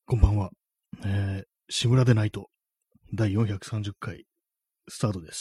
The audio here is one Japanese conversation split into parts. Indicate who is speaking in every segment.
Speaker 1: こんばんは。志村でナイト第430回スタートです。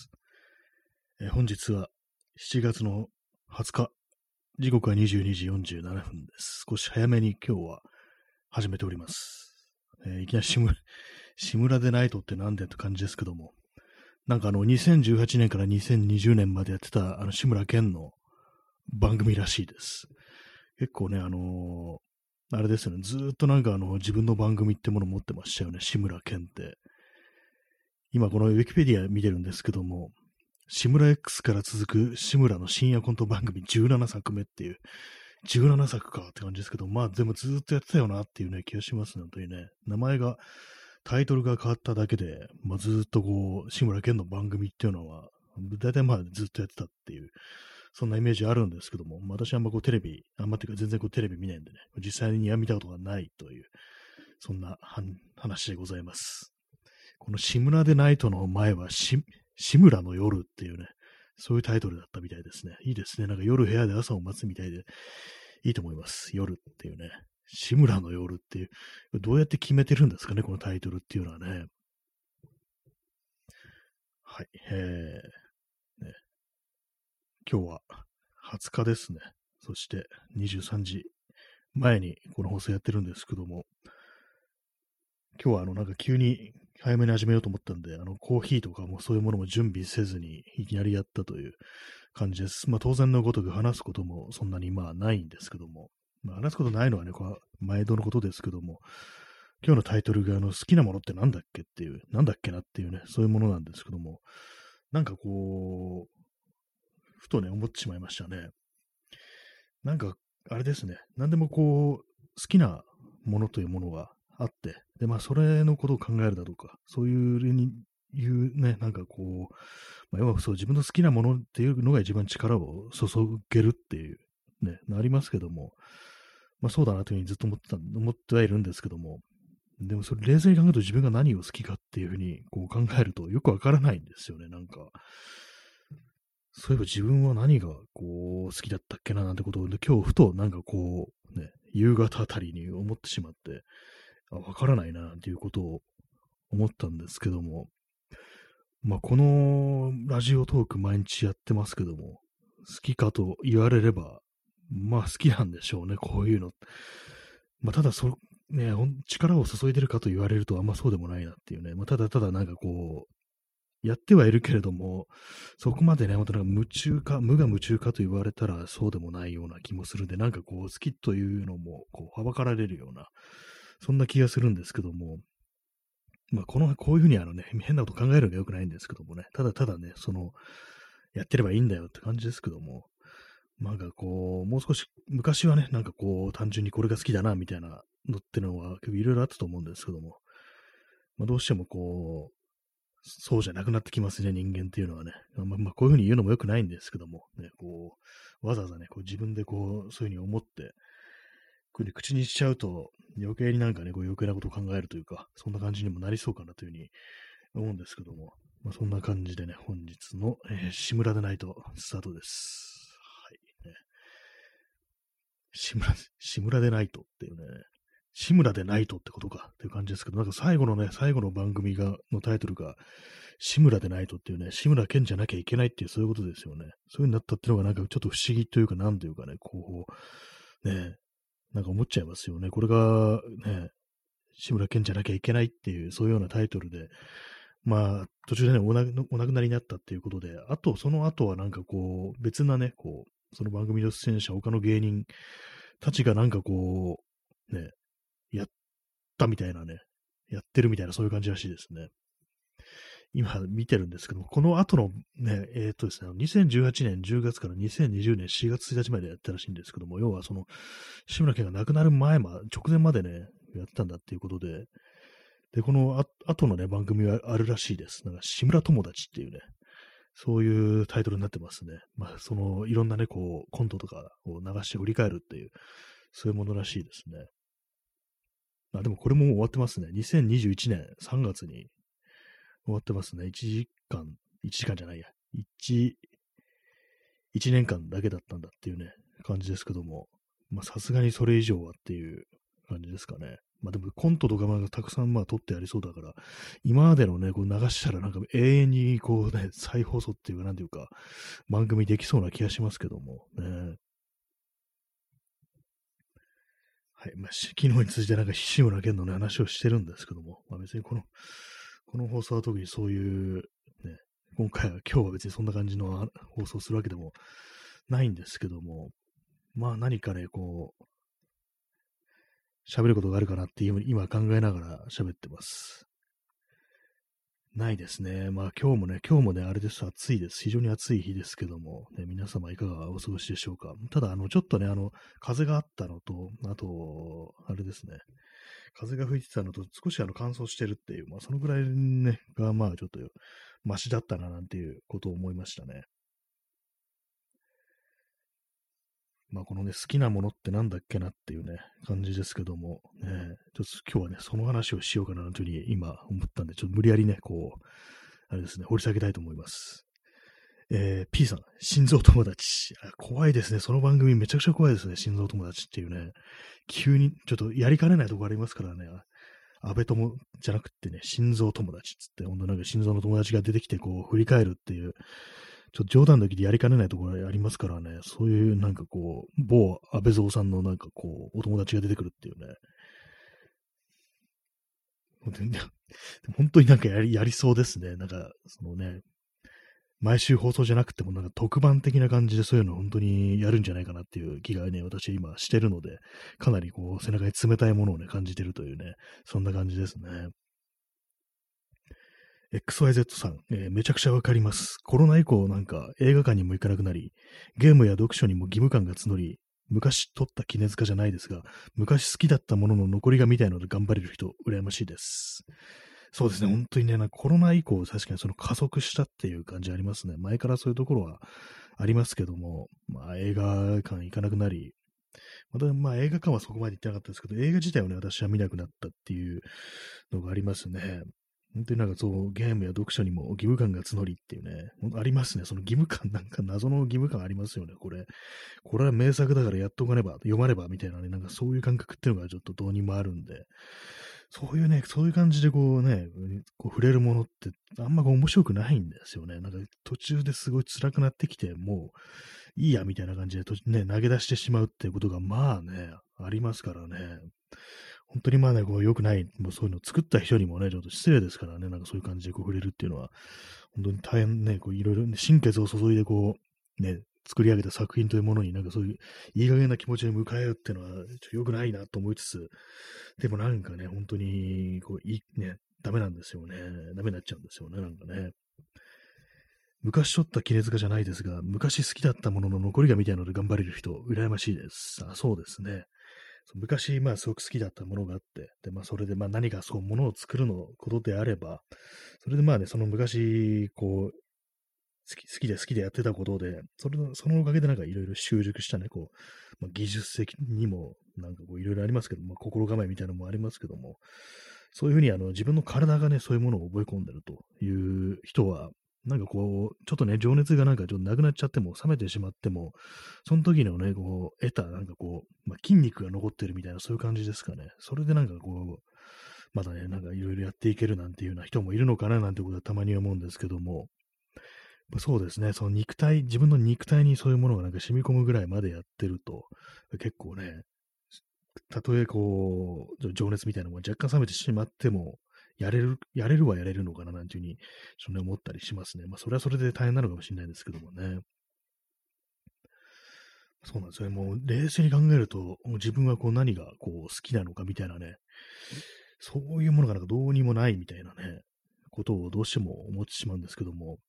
Speaker 1: 本日は7月の20日、時刻は22時47分です。少し早めに今日は始めております。いきなり志村でナイトってなんでって感じですけども、なんか2018年から2020年までやってた志村けんの番組らしいです。結構ね、あれですよね。ずーっとなんか自分の番組ってものを持ってましたよね。志村けんって。今このウィキペディア見てるんですけども、志村 X から続く志村の深夜コント番組17作目っていう、17作かって感じですけど、まあでもずーっとやってたよなっていうね、気がしますね。本当にね。タイトルが変わっただけで、まあずーっとこう、志村けんの番組っていうのは、大体まあずっとやってたっていう、そんなイメージあるんですけども、私はあんまこうテレビ、あんまっていうか全然こうテレビ見ないんでね、実際には見たことがないという、そんな話でございます。この志村でナイトの前は志村の夜っていうね、そういうタイトルだったみたいですね。いいですね。なんか夜部屋で朝を待つみたいでいいと思います。夜っていうね。志村の夜っていう、どうやって決めてるんですかね、このタイトルっていうのはね。はい。ね、今日は20日ですね。そして23時前にこの放送やってるんですけども、今日はなんか急に早めに始めようと思ったんで、コーヒーとかもそういうものも準備せずにいきなりやったという感じです。まあ当然のごとく話すこともそんなにまあないんですけども、まあ話すことないのはね、こう毎度のことですけども、今日のタイトルが好きなものってなんだっけっていう、なんだっけなっていうね、そういうものなんですけども、なんかこう、ふとね、思ってしまいましたね。なんか、あれですね、なんでもこう、好きなものというものがあって、で、まあ、それのことを考えるだとか、そういうね、なんかこう、まあ、要はそう、自分の好きなものっていうのが一番力を注げるっていう、ね、なりますけども、まあ、そうだなというふうにずっと思ってはいるんですけども、でもそれ冷静に考えると自分が何を好きかっていうふうにこう考えるとよくわからないんですよね、なんか。そういえば自分は何がこう好きだったっけななんてことを、今日ふとなんかこうね、夕方あたりに思ってしまって、わからないななんていうことを思ったんですけども、まあこのラジオトーク毎日やってますけども、好きかと言われれば、まあ好きなんでしょうね、こういうの。まあただね、力を注いでるかと言われるとあんまそうでもないなっていうね、まあただただなんかこう、やってはいるけれども、そこまでね、本当なんか無我夢中かと言われたらそうでもないような気もするんで、なんかこう、好きというのも、こう、はばかられるような、そんな気がするんですけども、まあ、こういうふうに変なこと考えるのが良くないんですけどもね、ただただね、やってればいいんだよって感じですけども、なんかこう、もう少し、昔はね、なんかこう、単純にこれが好きだな、みたいなのってのは、結構いろいろあったと思うんですけども、まあ、どうしてもこう、そうじゃなくなってきますね、人間っていうのはね。まあ、こういうふうに言うのも良くないんですけども、ね、こう、わざわざね、こう自分でこう、そういうふうに思って、こういうふうに口にしちゃうと、余計になんかね、こう余計なことを考えるというか、そんな感じにもなりそうかなというふうに思うんですけども、まあ、そんな感じでね、本日の、志村でないとスタートです。はい。ね、志村でないとっていうね、志村でないとってことかっていう感じですけど、なんか最後の番組のタイトルが、志村でないとっていうね、志村けんじゃなきゃいけないっていうそういうことですよね。そういう風になったっていうのがなんかちょっと不思議というか、なんというかね、こう、ね、なんか思っちゃいますよね。これがね、志村けんじゃなきゃいけないっていう、そういうようなタイトルで、まあ、途中でね、お亡くなりになったっていうことで、その後はなんかこう、別なね、こう、その番組の出演者、他の芸人たちがなんかこう、ね、やったみたいなね、やってるみたいな、そういう感じらしいですね。今見てるんですけども、この後のね、ですね、2018年10月から2020年4月1日までやったらしいんですけども、要は志村けんが亡くなる直前までね、やってたんだっていうことで、で、この後のね、番組はあるらしいです。なんか、志村友達っていうね、そういうタイトルになってますね。まあ、いろんなね、こう、コントとかを流して振り返るっていう、そういうものらしいですね。あ、でもこれももう終わってますね。2021年3月に終わってますね。1時間じゃないや。1年間だけだったんだっていうね、感じですけども、まあさすがにそれ以上はっていう感じですかね。 まあでもコントとかまあたくさんまあ撮ってありそうだから、今までのね、こう流したらなんか永遠にこうね、再放送っていうか、なんていうか、番組できそうな気がしますけども、ね。はい。まあ、昨日についてなんか志村けんのね、話をしてるんですけども、まあ別にこの放送は特にそういう、ね、今日は別にそんな感じの放送するわけでもないんですけども、まあ何かね、こう、喋ることがあるかなっていう今考えながら喋ってます。ないですね。まあ今日もね、あれです。暑いです。非常に暑い日ですけども、ね、皆様いかがお過ごしでしょうか。ただ、ちょっとね、風があったのと、あと、あれですね、風が吹いてたのと、少し乾燥してるっていう、まあそのぐらいね、がまあちょっとマシだったななんていうことを思いましたね。まあこのね、好きなものってなんだっけなっていうね、感じですけども、ね、ちょっと今日はね、その話をしようかなというふうに今思ったんで、ちょっと無理やりね、こう、あれですね、掘り下げたいと思います。P さん、心臓友達。怖いですね。その番組めちゃくちゃ怖いですね。心臓友達っていうね。急に、ちょっとやりかねないとこありますからね。安倍友じゃなくてね、心臓友達っつって、ほんとなんか心臓の友達が出てきてこう振り返るっていう、ちょっと冗談抜きでやりかねないところありますからね。そういうなんかこう、某安倍蔵さんのなんかこう、お友達が出てくるっていうね。本当になんかやりそうですね。なんか、そのね、毎週放送じゃなくてもなんか特番的な感じでそういうの本当にやるんじゃないかなっていう気がね、私今してるので、かなりこう背中に冷たいものをね、感じてるというね、そんな感じですね。XYZ さん、めちゃくちゃわかります。コロナ以降なんか映画館にも行かなくなり、ゲームや読書にも義務感が募り、昔撮った絹塚じゃないですが、昔好きだったものの残りがみたいので頑張れる人、羨ましいです。そうですね、本当にね、なんかコロナ以降、確かにその加速したっていう感じありますね。前からそういうところはありますけども、まあ映画館行かなくなり、まあ映画館はそこまで行ってなかったですけど、映画自体をね、私は見なくなったっていうのがありますね。本当になんかそう、ゲームや読書にも義務感が募りっていうね、ありますね。その義務感、なんか謎の義務感ありますよね、これ。これは名作だからやっとかねば、読まねばみたいなね、なんかそういう感覚っていうのがちょっとどうにもあるんで、そういうね、そういう感じでこうね、こう触れるものってあんまこう面白くないんですよね。なんか途中ですごい辛くなってきて、もういいやみたいな感じでね、投げ出してしまうっていうことがまあね、ありますからね。本当にまあね、こう良くない、もうそういうのを作った人にもね、ちょっと失礼ですからね、なんかそういう感じでこう触れるっていうのは、本当に大変ね、こういろいろ、ね、心血を注いでこう、ね、作り上げた作品というものになんかそういういい加減な気持ちで迎えようっていうのは、良くないなと思いつつ、でもなんかね、本当に、こう、ダメなんですよね。ダメになっちゃうんですよね、なんかね。昔取った絹塚じゃないですが、昔好きだったものの残りがみたいなので頑張れる人、羨ましいです。そうですね。昔、まあ、すごく好きだったものがあって、で、まあ、それで、まあ、何かそう、ものを作ることであれば、それでまあね、その昔、こう、好きでやってたことで、そのおかげでなんかいろいろ習熟したね、こう、まあ、技術的にも、なんかこういろいろありますけど、まあ、心構えみたいなのもありますけども、そういうふうに自分の体がね、そういうものを覚え込んでるという人は、なんかこう、ちょっとね、情熱がなんかちょっとなくなっちゃっても、冷めてしまっても、その時のね、こう、得た、なんかこう、まあ、筋肉が残ってるみたいな、そういう感じですかね。それでなんかこう、まだね、なんかいろいろやっていけるなんていうような人もいるのかななんてことはたまに思うんですけども、そうですね、その自分の肉体にそういうものがなんか染み込むぐらいまでやってると、結構ね、たとえこう、情熱みたいなのも若干冷めてしまっても、やれるはやれるのかななんていうふうに、ちょっとね、思ったりしますね。まあ、それはそれで大変なのかもしれないですけどもね。そうなんですよね。もう冷静に考えると、もう自分はこう何がこう好きなのかみたいなね、そういうものがなんかどうにもないみたいなね、ことをどうしても思ってしまうんですけども、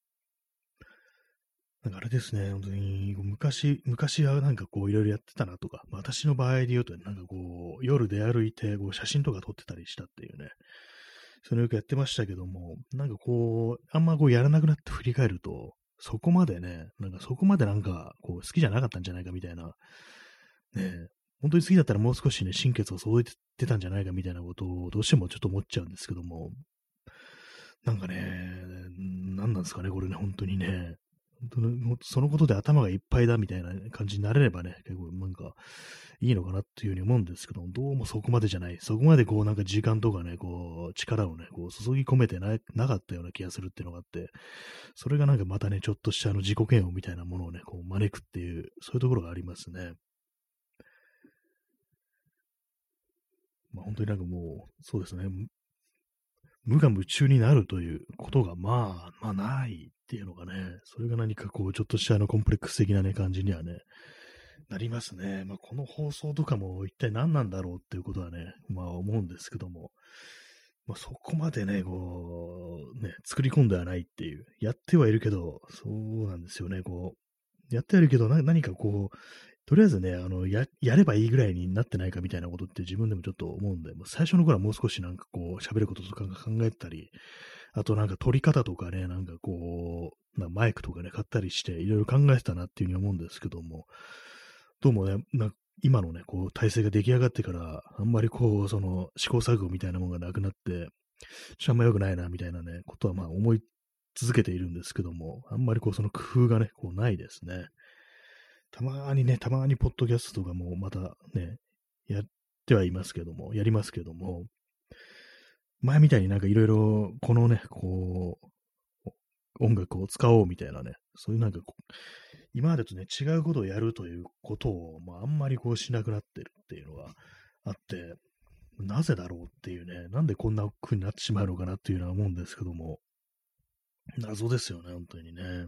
Speaker 1: なんかあれですね、本当に昔はなんかこういろいろやってたなとか、まあ私の場合で言うと、なんかこう夜出歩いてこう写真とか撮ってたりしたっていうね、それをよくやってましたけども、なんかこう、あんまこうやらなくなって振り返ると、そこまでね、なんかそこまでなんかこう好きじゃなかったんじゃないかみたいな、ね、本当に好きだったらもう少しね、心血を注いでたんじゃないかみたいなことをどうしてもちょっと思っちゃうんですけども、なんかね、なんなんですかね、これね、本当にね。 本当にそのことで頭がいっぱいだみたいな感じになれればね、結構なんかいいのかなっていうふうに思うんですけども、どうもそこまでじゃない。そこまでこうなんか時間とかね、こう力をね、こう注ぎ込めてなかったような気がするっていうのがあって、それがなんかまたね、ちょっとした自己嫌悪みたいなものをね、こう招くっていう、そういうところがありますね。まあ本当になんかもう、そうですね、無我夢中になるということがまあないっていうのがね、それが何かこう、ちょっとしたコンプレックス的なね、感じにはね、なりますね。まあこの放送とかも一体何なんだろうっていうことはね、まあ思うんですけども、まあそこまでね、こう、ね、作り込んではないっていう、やってはいるけど、そうなんですよね、こう、やってはいるけど、何かこう、とりあえずね、やればいいぐらいになってないかみたいなことって自分でもちょっと思うんで、もう最初の頃はもう少しなんかこう、喋ることとか考えてたり、あとなんか撮り方とかね、なんかこう、マイクとかね、買ったりして、いろいろ考えてたなっていうふうに思うんですけども、どうもね、今のね、こう、体制が出来上がってから、あんまりこう、その、試行錯誤みたいなものがなくなって、あんま良くないな、みたいなね、ことはまあ思い続けているんですけども、あんまりこう、その工夫がね、こう、ないですね。たまにポッドキャストとかもまたね、やってはいますけども、やりますけども、前みたいになんかいろいろ、このね、こう、音楽を使おうみたいなね、そういうなんかこう、今までとね、違うことをやるということを、まあ、あんまりこうしなくなってるっていうのがあって、なぜだろうっていうね、なんでこんな風になってしまうのかなっていうのは思うんですけども、謎ですよね、本当にね。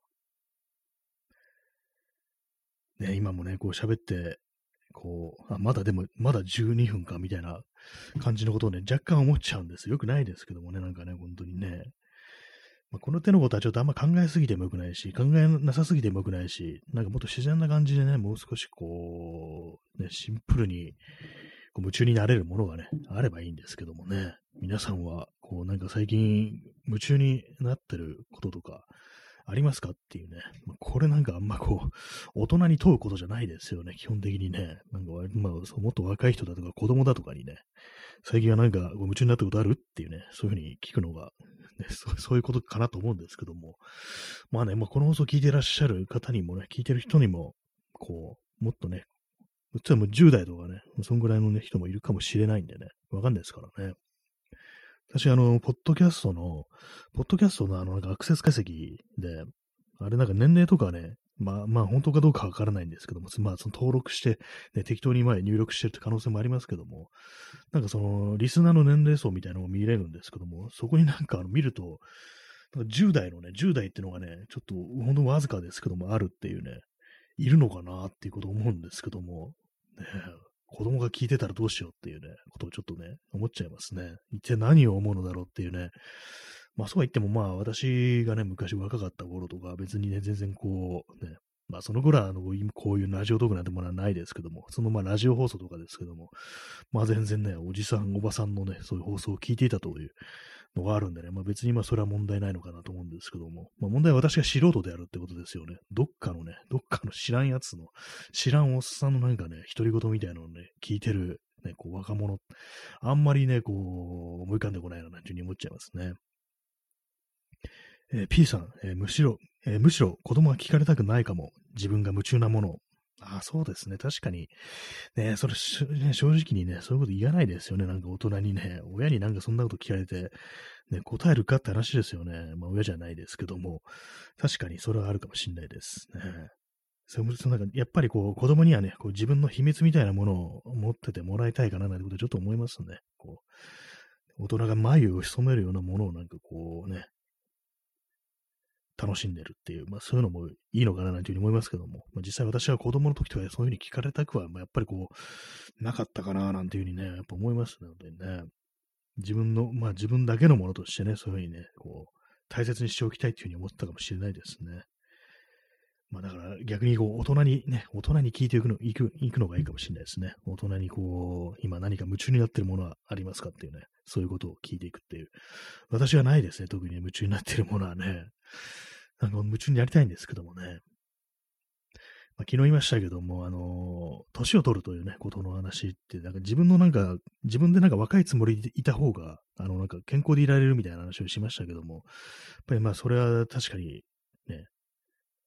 Speaker 1: ね、今もね、こう喋って、こう、まだでも、まだ12分かみたいな感じのことをね、若干思っちゃうんです。よくないですけどもね、なんかね、本当にね。まあ、この手のことはちょっとあんま考えすぎてもよくないし、考えなさすぎてもよくないし、なんかもっと自然な感じでね、もう少しこう、ね、シンプルにこう夢中になれるものがね、あればいいんですけどもね。皆さんは、こうなんか最近夢中になってることとか、ありますかっていうね。これなんかあんまこう、大人に問うことじゃないですよね、基本的にね。なんか、まあ、もっと若い人だとか子供だとかにね、最近はなんかこう夢中になったことあるっていうね、そういうふうに聞くのが、ね、そういうことかなと思うんですけども。まあね、まあ、この放送聞いてらっしゃる方にもね、聞いてる人にも、こう、もっとね、うちはもう10代とかね、そんぐらいのね、人もいるかもしれないんでね、わかんないですからね。私、ポッドキャストのなんかアクセス解析で、あれなんか年齢とかね、まあ本当かどうかわからないんですけども、まあその登録して、ね、適当に前入力してるって可能性もありますけども、なんかそのリスナーの年齢層みたいなのを見れるんですけども、そこになんか見ると、なんか10代のね、10代っていうのがね、ちょっと本当わずかですけども、あるっていうね、いるのかなっていうことを思うんですけども、ね子供が聞いてたらどうしようっていうね、ことをちょっとね、思っちゃいますね。一体何を思うのだろうっていうね。まあそうは言ってもまあ私がね、昔若かった頃とか別にね、全然こうね、まあその頃はこういうラジオトークなんてものはないですけども、そのまあラジオ放送とかですけども、まあ全然ね、おじさん、おばさんのね、そういう放送を聞いていたというのがあるんでね、まあ別にまあそれは問題ないのかなと思うんですけども、まあ問題は私が素人であるってことですよね。どっかの知らんやつの、知らんおっさんのなんかね、独り言みたいなのをね、聞いてる、ね、こう若者、あんまりね、こう、思い浮かんでこないな、なんていうふうに思っちゃいますね。P さん、むしろ子供は聞かれたくないかも。自分が夢中なものを。ああ、そうですね。確かに、ね、ね、正直にね、そういうこと言わないですよね。なんか大人にね、親になんかそんなこと聞かれて、ね、答えるかって話ですよね。まあ親じゃないですけども、確かにそれはあるかもしれないですね。なんかやっぱりこう子供にはね、こう自分の秘密みたいなものを持っててもらいたいかななんてことはちょっと思いますね。こう、大人が眉を潜めるようなものをなんかこうね、楽しんでるっていう、まあそういうのもいいのかななんていうふうに思いますけども、まあ実際私は子供の時とかそういうふうに聞かれたくは、まあ、やっぱりこう、なかったかななんていうふうにね、やっぱ思いますね、本当にね。自分だけのものとしてね、そういうふうにね、こう、大切にしておきたいっていうふうに思ったかもしれないですね。まあだから逆にこう、大人に聞いていくのがいいかもしれないですね。大人にこう、今何か夢中になってるものはありますかっていうね、そういうことを聞いていくっていう。私はないですね、特に夢中になってるものはね。夢中になりたいんですけどもね。まあ、昨日言いましたけども、年を取るというね、ことの話って、なんか自分でなんか若いつもりでいた方が、なんか健康でいられるみたいな話をしましたけども、やっぱりまあ、それは確かにね、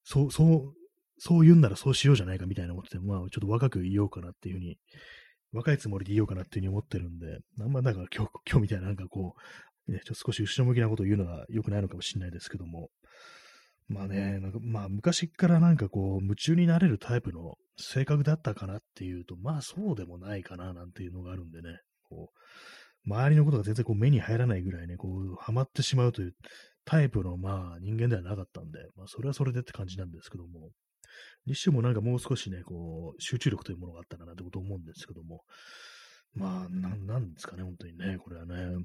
Speaker 1: そう言うんならそうしようじゃないかみたいな思ってて、まあ、ちょっと若く言おうかなっていうふうに、若いつもりで言おうかなっていうふうに思ってるんで、あんまなんか今日みたいななんかこう、ね、ちょっと少し後ろ向きなことを言うのは良くないのかもしれないですけども、まあね、なんかまあ昔からなんかこう、夢中になれるタイプの性格だったかなっていうと、まあそうでもないかななんていうのがあるんでね、こう、周りのことが全然こう目に入らないぐらいね、こう、ハマってしまうというタイプのまあ人間ではなかったんで、まあそれはそれでって感じなんですけども、にしてもなんかもう少しね、こう、集中力というものがあったらなってことを思うんですけども、まあ、なんですかね、本当にね、これはね、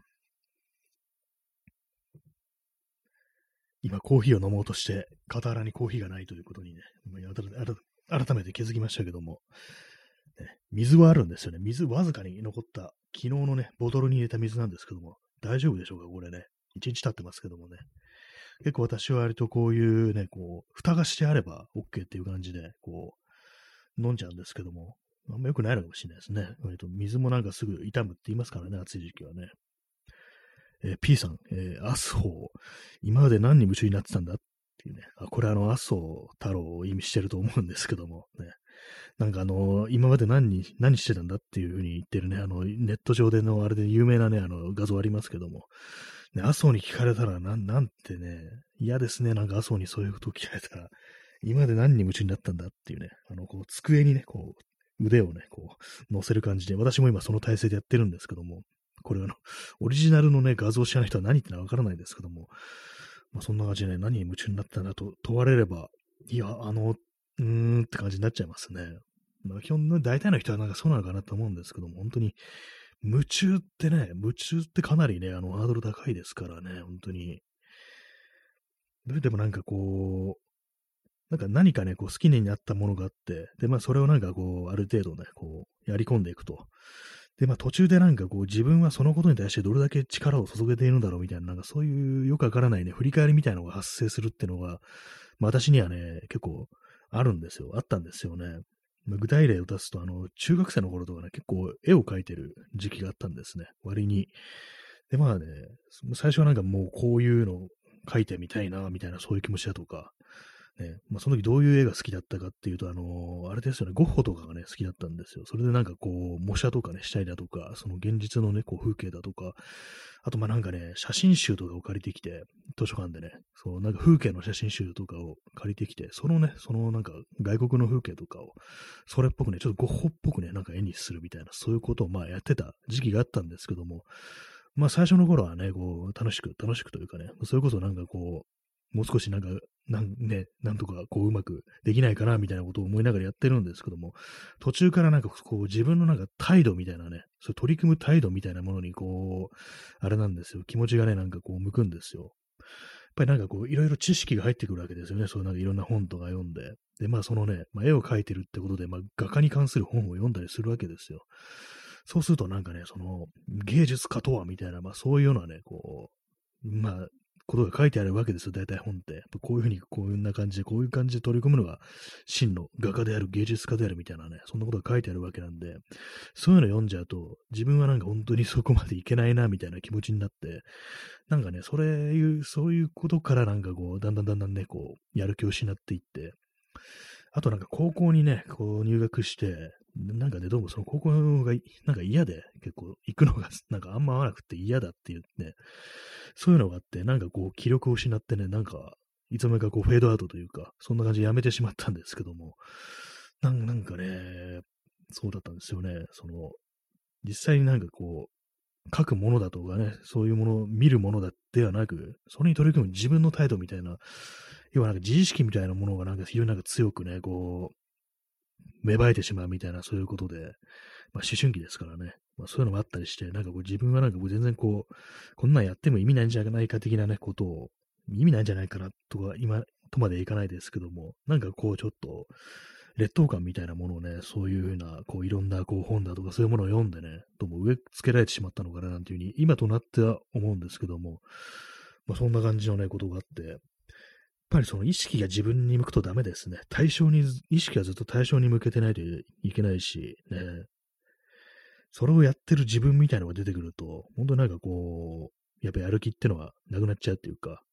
Speaker 1: 今コーヒーを飲もうとして、傍らにコーヒーがないということにね、改めて気づきましたけども、ね、水はあるんですよね。水わずかに残った昨日のね、ボトルに入れた水なんですけども、大丈夫でしょうか、これね。一日経ってますけどもね。結構私は割とこういうね、こう、蓋がしてあれば OK っていう感じで、こう、飲んじゃうんですけども、あんま良くないのかもしれないですね。割と水もなんかすぐ傷むって言いますからね、暑い時期はね。P さん、麻生、今まで何に夢中になってたんだっていうね。これ麻生太郎を意味してると思うんですけども、ね。なんか今まで何してたんだっていうふうに言ってるね、ネット上でのあれで有名なね、画像ありますけども、ね、麻生に聞かれたらなんてね、嫌ですね、なんか麻生にそういうことを聞かれたら、今まで何に夢中になったんだっていうね、こう、机にね、こう、腕をね、こう、乗せる感じで、私も今その体勢でやってるんですけども、これオリジナルのね、画像を知らない人は何言ってのはわからないですけども、まあ、そんな感じでね、何に夢中になったんだと問われれば、いや、って感じになっちゃいますね。まあ、基本ね、大体の人はなんかそうなのかなと思うんですけども、本当に、夢中ってかなりね、ハードル高いですからね、本当に。でもなんかこう、なんか何かね、こう好きになったものがあって、で、まあそれをなんかこう、ある程度ね、こう、やり込んでいくと。で、まあ途中でなんかこう、自分はそのことに対してどれだけ力を注げているんだろうみたいな、なんかそういうよくわからないね、振り返りみたいなのが発生するっていうのが、まあ私にはね、結構あるんですよ。あったんですよね。まあ具体例を出すと、中学生の頃とかね、結構絵を描いてる時期があったんですね。割に。で、まあね、最初はなんかもうこういうのを描いてみたいな、みたいなそういう気持ちだとか、ね、まあ、その時どういう絵が好きだったかっていうと、あれですよね、ゴッホとかがね、好きだったんですよ。それでなんかこう、模写とかね、したりだとか、その現実のね、こう風景だとか、あとまあなんかね、写真集とかを借りてきて、図書館でね、そう、なんか風景の写真集とかを借りてきて、そのなんか外国の風景とかを、それっぽくね、ちょっとゴッホっぽくね、なんか絵にするみたいな、そういうことをまあやってた時期があったんですけども、まあ最初の頃はね、こう、楽しくというかね、それこそなんかこう、もう少しなんか、なんとかこううまくできないかなみたいなことを思いながらやってるんですけども、途中からなんかこう自分のなんか態度みたいなね、そういう取り組む態度みたいなものにこう、あれなんですよ、気持ちがね、なんかこう向くんですよ。やっぱりなんかこう、いろいろ知識が入ってくるわけですよね。そういうなんかいろんな本とか読んで。で、まあそのね、まあ、絵を描いてるってことで、まあ画家に関する本を読んだりするわけですよ。そうするとなんかね、その芸術家とはみたいな、まあそういうようなね、こう、まあ、ことが書いてあるわけですよ、大体本って。やっぱこういうふうに、こういう感じで、こういう感じで取り組むのが真の画家である、芸術家であるみたいなね、そんなことが書いてあるわけなんで、そういうの読んじゃうと、自分はなんか本当にそこまでいけないな、みたいな気持ちになって、なんかね、そういうことからなんかこう、だんだんね、こう、やる気を失っていって、あとなんか高校にね、こう入学して、なんかね、どうもその高校がなんか嫌で、結構行くのがなんかあんま合わなくて嫌だって言って、そういうのがあって、なんかこう気力を失ってね、なんか、いつの間にかこうフェードアウトというか、そんな感じでやめてしまったんですけども、なんかね、そうだったんですよね。実際になんかこう、書くものだとかね、そういうものを見るものだではなく、それに取り組む自分の態度みたいな、要はなんか自意識みたいなものがなんか非常になんか強くね、こう、芽生えてしまうみたいな、そういうことで、まあ思春期ですからね、まあそういうのもあったりして、なんかこう自分はなんかこう全然こう、こんなんやっても意味ないんじゃないか的なね、ことを、意味ないんじゃないかなとか、今とまでいかないですけども、なんかこうちょっと、劣等感みたいなものをね、そういうふうな、こういろんなこう本だとかそういうものを読んでね、どうも植え付けられてしまったのかななんていうふうに、今となっては思うんですけども、まあそんな感じのね、ことがあって、やっぱりその意識が自分に向くとダメですね。意識がずっと対象に向けてないといけないし、ね、それをやってる自分みたいなのが出てくると、本当になんかこう、やっぱやる気ってのはなくなっちゃうっていうか、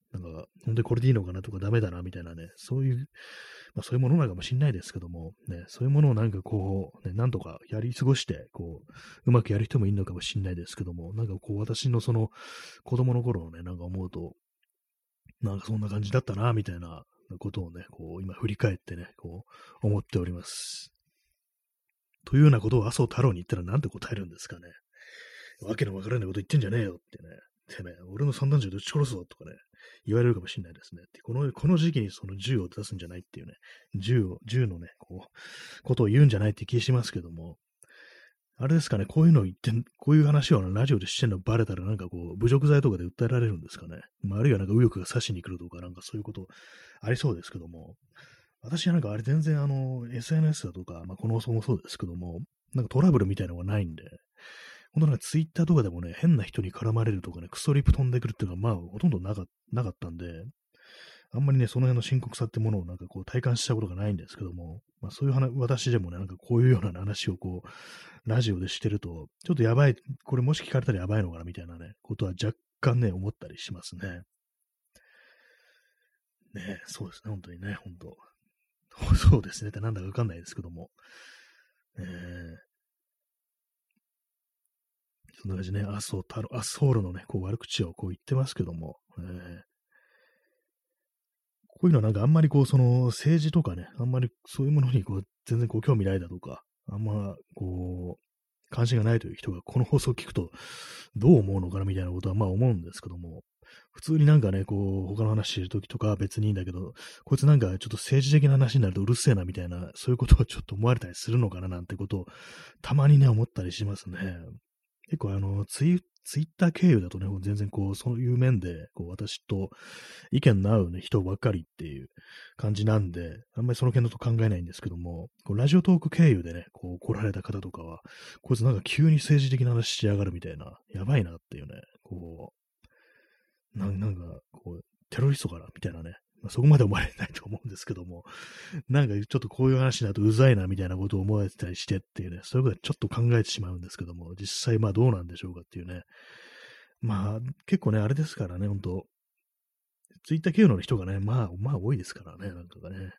Speaker 1: なんか、本当にこれでいいのかなとかダメだなみたいなね、そういう、まあそういうものなのかもしれないですけども、ね、そういうものをなんかこう、ね、なんとかやり過ごして、こうまくやる人もいるのかもしれないですけども、なんかこう、私のその子供の頃のね、なんか思うと、なんかそんな感じだったな、みたいなことをね、こう、今振り返ってね、こう、思っております。というようなことを麻生太郎に言ったらなんて答えるんですかね。わけのわからないこと言ってんじゃねえよってね。てめえ、俺の三男児を撃ち殺すぞとかね、言われるかもしれないですね。この時期にその銃を出すんじゃないっていうね、銃のね、ことを言うんじゃないって気しますけども、あれですかね、こういうのを言ってん、こういう話をラジオでしてんのバレたらなんかこう、侮辱罪とかで訴えられるんですかね。まあ、あるいはなんか右翼が刺しに来るとか、なんかそういうことありそうですけども、私はなんかあれ全然SNS だとか、まあ、この放送もそうですけども、なんかトラブルみたいなのがないんで、本当なんかツイッターとかでもね、変な人に絡まれるとかね、クソリプ飛んでくるっていうのが、まあ、ほとんどなかったんで、あんまりね、その辺の深刻さってものをなんかこう体感したことがないんですけども、まあそういう私でもね、なんかこういうような話をこう、ラジオでしてると、ちょっとやばい、これもし聞かれたらやばいのかなみたいなね、ことは若干ね、思ったりしますね。ね、そうですね、本当にね、本当。そうですねってなんだかわかんないですけども。そんな感じでね、麻生のね、こう悪口をこう言ってますけども、こういうのはなんかあんまりこう、その政治とかね、あんまりそういうものにこう、全然こう興味ないだとか、あんまこう、関心がないという人がこの放送を聞くとどう思うのかなみたいなことはまあ思うんですけども、普通になんかね、こう、他の話してるときとかは別にいいんだけど、こいつなんかちょっと政治的な話になるとうるせえなみたいな、そういうことをちょっと思われたりするのかななんてことをたまにね、思ったりしますね。結構ツイッター経由だとね、全然こう、そういう面で、こう、私と意見の合うね、人ばっかりっていう感じなんで、あんまりその件だと考えないんですけども、こうラジオトーク経由でね、こう来られた方とかは、こいつなんか急に政治的な話しやがるみたいな、やばいなっていうね、なんか、こう、テロリストかなみたいなね、まあ、そこまで思われないと思うんですけども、なんかちょっとこういう話になるとうざいなみたいなことを思われてたりしてっていうね、そういうことはちょっと考えてしまうんですけども、実際まあどうなんでしょうかっていうね、まあ結構ね、あれですからね、本当ツイッター経由の人がね、まあ多いですからね、なんかね。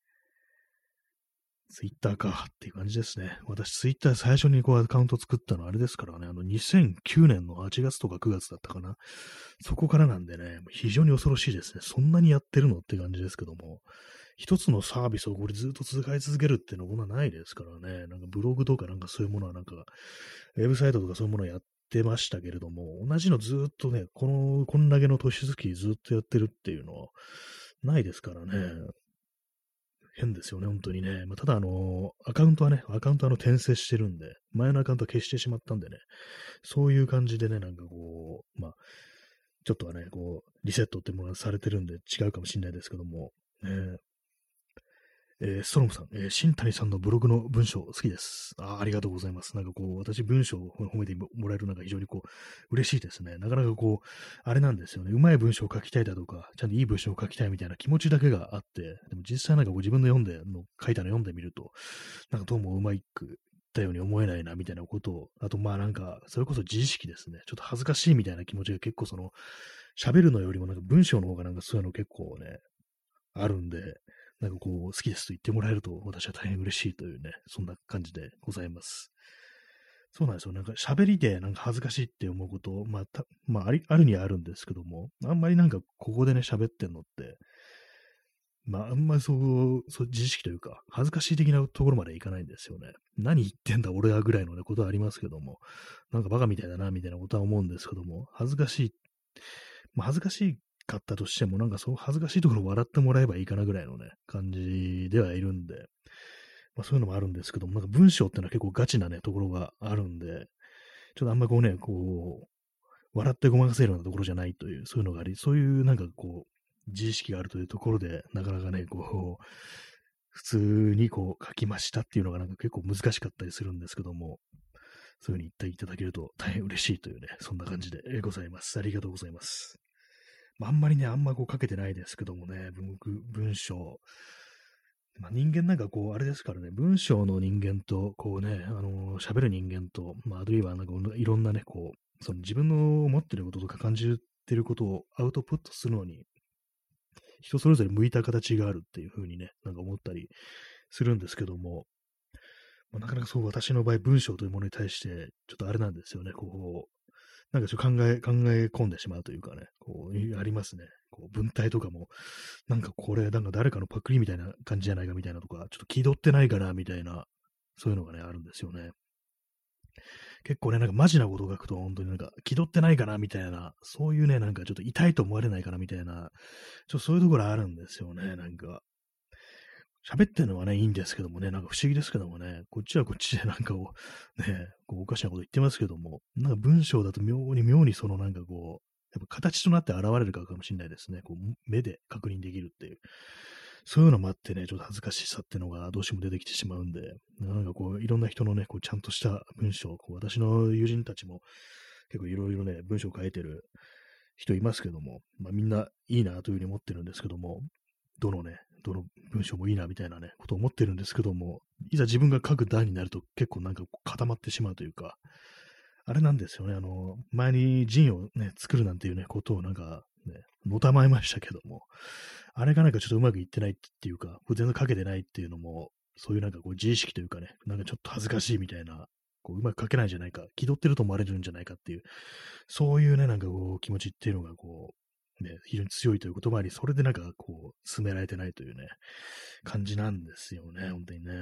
Speaker 1: ツイッターかっていう感じですね。私、ツイッター最初にこうアカウント作ったのはあれですからね、2009年の8月とか9月だったかな。そこからなんでね、非常に恐ろしいですね。そんなにやってるのって感じですけども、一つのサービスをこれずっと使い続けるっていうのはこんなないですからね。なんかブログとかなんかそういうものはなんか、ウェブサイトとかそういうものをやってましたけれども、同じのずっとね、こんだけの年月ずっとやってるっていうのはないですからね。変ですよね、本当にね。まあ、ただ、アカウントは転生してるんで、前のアカウントは消してしまったんでね、そういう感じでね、なんかこう、まあ、ちょっとはね、こう、リセットってものがされてるんで違うかもしれないですけども、ね、ストロムさん、新谷さんのブログの文章好きです。ありがとうございます。なんかこう、私文章を褒めてもらえるのが非常にこう、嬉しいですね。なかなかこう、あれなんですよね。うまい文章を書きたいだとか、ちゃんといい文章を書きたいみたいな気持ちだけがあって、でも実際なんかこう自分の書いたの読んでみると、なんかどうもうまくいったように思えないな、みたいなことを、あとまあなんか、それこそ自意識ですね。ちょっと恥ずかしいみたいな気持ちが結構喋るのよりもなんか文章の方がなんかそういうの結構ね、あるんで、なんかこう、好きですと言ってもらえると、私は大変嬉しいというね、そんな感じでございます。そうなんですよ。なんか喋りでなんか恥ずかしいって思うこと、まあ、あるにはあるんですけども、あんまりなんかここでね、喋ってんのって、まあ、あんまりそう自意識というか、恥ずかしい的なところまでいかないんですよね。何言ってんだ俺はぐらいのね、ことはありますけども、なんかバカみたいだな、みたいなことは思うんですけども、恥ずかしかったとしても、なんかそう恥ずかしいところを笑ってもらえばいいかなぐらいのね、感じではいるんで、まあそういうのもあるんですけども、なんか文章ってのは結構ガチなね、ところがあるんで、ちょっとあんまこうね、笑ってごまかせるようなところじゃないという、そういうのがあり、そういうなんかこう、自意識があるというところで、なかなかね、普通にこう書きましたっていうのがなんか結構難しかったりするんですけども、そういうふうに言っていただけると大変嬉しいというね、そんな感じでございます。ありがとうございます。まあ、あんまりね、あんまこう書けてないですけどもね、文章。まあ、人間なんかこう、あれですからね、文章の人間と、こうね、喋る人間と、まあ、あるいはなんかいろんなね、こう、その自分の思ってることとか感じてることをアウトプットするのに、 人それぞれ向いた形があるっていう風にね、なんか思ったりするんですけども、まあ、なかなかそう私の場合文章というものに対して、ちょっとあれなんですよね、こう、なんかちょっと考え込んでしまうというかね、こう、ありますね。こう文体とかも、なんかこれ、なんか誰かのパクリみたいな感じじゃないかみたいなとか、ちょっと気取ってないかなみたいな、そういうのがね、あるんですよね。結構ね、なんかマジなことを書くと、本当になんか気取ってないかなみたいな、そういうね、なんかちょっと痛いと思われないかなみたいな、ちょっとそういうところあるんですよね、なんか。喋ってるのはね、いいんですけどもね、なんか不思議ですけどもね、こっちはこっちでなんかね、こうおかしなこと言ってますけども、なんか文章だと妙にそのなんかこう、やっぱ形となって現れるかもしれないですね。こう目で確認できるっていう。そういうのもあってね、ちょっと恥ずかしさっていうのがどうしても出てきてしまうんで、なんかこう、いろんな人のね、こうちゃんとした文章、こう私の友人たちも結構いろいろね、文章を書いてる人いますけども、まあみんないいなというふうに思ってるんですけども、どの文章もいいなみたいなね、ことを思ってるんですけども、いざ自分が書く段になると結構なんかこう固まってしまうというか、あれなんですよね、前にジンをね、作るなんていうね、ことをなんかね、のたまえましたけども、あれがなんかちょっとうまくいってないっていうか、こう全然書けてないっていうのも、そういうなんかこう自意識というかね、なんかちょっと恥ずかしいみたいな、こううまく書けないんじゃないか、気取ってると思われるんじゃないかっていう、そういうね、なんかこう気持ちっていうのがこう、ね、非常に強いということもあり、それでなんかこう、進められてないというね、感じなんですよね、本当にね。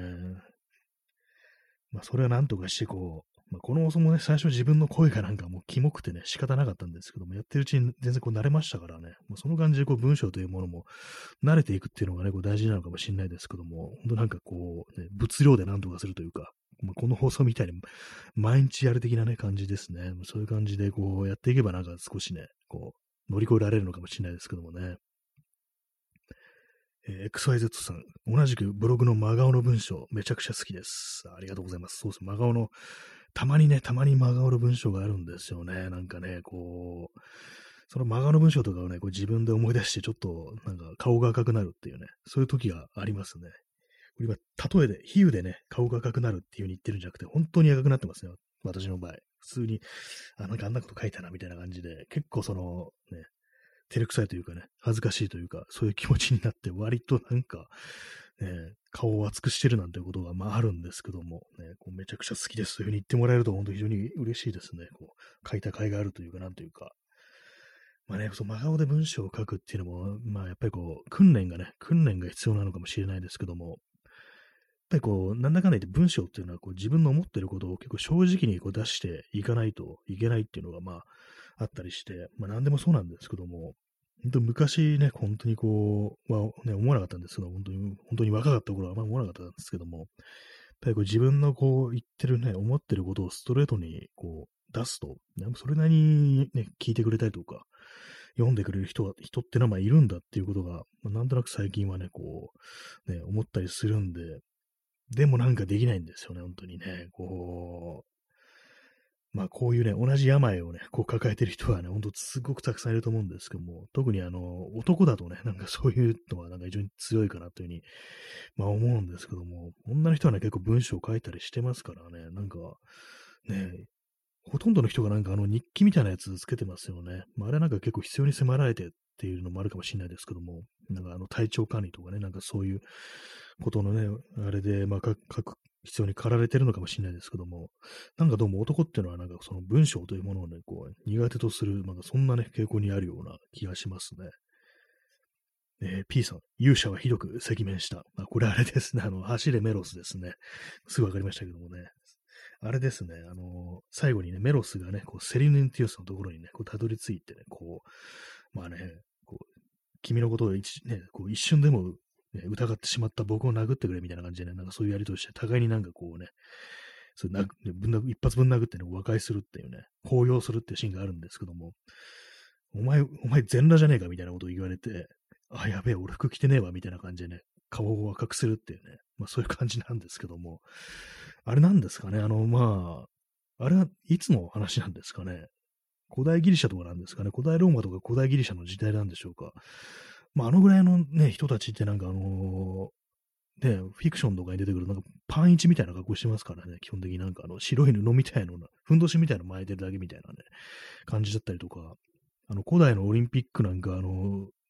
Speaker 1: まあ、それはなんとかしてこう、まあ、この放送もね、最初自分の声がなんかもうキモくてね、仕方なかったんですけども、やってるうちに全然こう慣れましたからね、まあ、その感じでこう文章というものも慣れていくっていうのがね、こう大事なのかもしれないですけども、本当なんかこう、ね、物量でなんとかするというか、まあ、この放送みたいに毎日やる的なね、感じですね。そういう感じでこうやっていけばなんか少しね、こう、乗り越えられるのかもしれないですけどもね。XYZ さん、同じくブログの真顔の文章、めちゃくちゃ好きです。ありがとうございます。そうです。真顔の、たまに真顔の文章があるんですよね。なんかね、こう、その真顔の文章とかをね、こう自分で思い出して、ちょっと、なんか顔が赤くなるっていうね、そういう時がありますね。今、例えで、比喩でね、顔が赤くなるっていう風に言ってるんじゃなくて、本当に赤くなってますね。私の場合。普通に、なんかあんなこと書いたな、みたいな感じで、結構その、ね、照れくさいというかね、恥ずかしいというか、そういう気持ちになって、割となんか、ね、顔を厚くしてるなんてことが、まああるんですけども、ね、こうめちゃくちゃ好きですというふうに言ってもらえると、本当に非常に嬉しいですね。こう、書いた甲斐があるというか、なんというか。まあね、そう真顔で文章を書くっていうのも、まあやっぱりこう、訓練が必要なのかもしれないですけども、やっぱりこう、なんだかんだ言って文章っていうのは、こう自分の思ってることを結構正直にこう出していかないといけないっていうのが、まあ、あったりして、まあ何でもそうなんですけども、本当昔ね、本当にこう、まあね、思わなかったんですけど、本当に若かった頃はあんま思わなかったんですけども、やっぱりこう自分のこう言ってるね、思ってることをストレートにこう出すと、ねそれなりにね、聞いてくれたりとか、読んでくれる人ってのはまあいるんだっていうことが、まあ、なんとなく最近はね、こう、ね、思ったりするんで、でもなんかできないんですよね、本当にね。こまあ、こういうね、同じ病をね、こう抱えてる人はね、ほんとすごくたくさんいると思うんですけども、特に男だとね、なんかそういうのはなんか非常に強いかなというふうに、まあ思うんですけども、女の人はね、結構文章を書いたりしてますからね、なんか、ね、ほとんどの人がなんか日記みたいなやつつけてますよね。まあ、あれなんか結構必要に迫られてっていうのもあるかもしれないですけども、なんか体調管理とかね、なんかそういうことのね、あれで、まあ、書く必要に駆られてるのかもしれないですけども、なんかどうも男っていうのはなんかその文章というものをね、こう苦手とする、なんかそんなね、傾向にあるような気がしますね。P さん、勇者はひどく赤面した。これあれですね。走れメロスですね。すぐわかりましたけどもね。あれですね。最後にね、メロスがね、こうセリヌンティウスのところにね、こうたどり着いてね、こう、まあね、こう、君のことをね、こう一瞬でも、ね、疑ってしまった僕を殴ってくれみたいな感じでね、なんかそういうやりとりして、互いになんかこうね、そうな一発ぶん殴ってね、和解するっていうね、高揚するっていうシーンがあるんですけども、お前全裸じゃねえかみたいなことを言われて、あ、やべえ、俺服着てねえわみたいな感じでね、顔を赤くするっていうね、まあそういう感じなんですけども、あれなんですかね、まあ、あれはいつの話なんですかね。古代ギリシャとかなんですかね。古代ローマとか古代ギリシャの時代なんでしょうか。まあ、あのぐらいのね、人たちってなんかね、フィクションとかに出てくるなんかパンイチみたいな格好してますからね。基本的になんか白い布みたいな、ふんどしみたいなの巻いてるだけみたいなね、感じだったりとか、古代のオリンピックなんか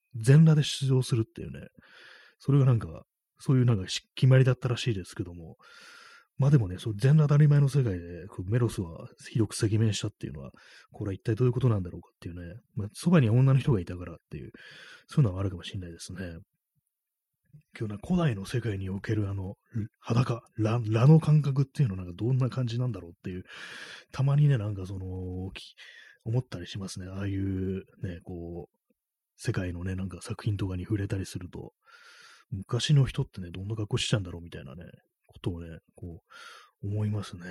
Speaker 1: 全裸で出場するっていうね、それがなんか、そういうなんか決まりだったらしいですけども、まあでもね、そう全裸当たり前の世界で、こうメロスはひどく赤面したっていうのは、これは一体どういうことなんだろうかっていうね、まあ、そばに女の人がいたからっていう、そういうのはあるかもしれないですね。今日古代の世界における裸、裸の感覚っていうのはなんかどんな感じなんだろうっていう、たまにね、なんか思ったりしますね。ああいうね、こう、世界のね、なんか作品とかに触れたりすると、昔の人ってね、どんな格好してたんだろうみたいなね、ことをね、こう、思いますね。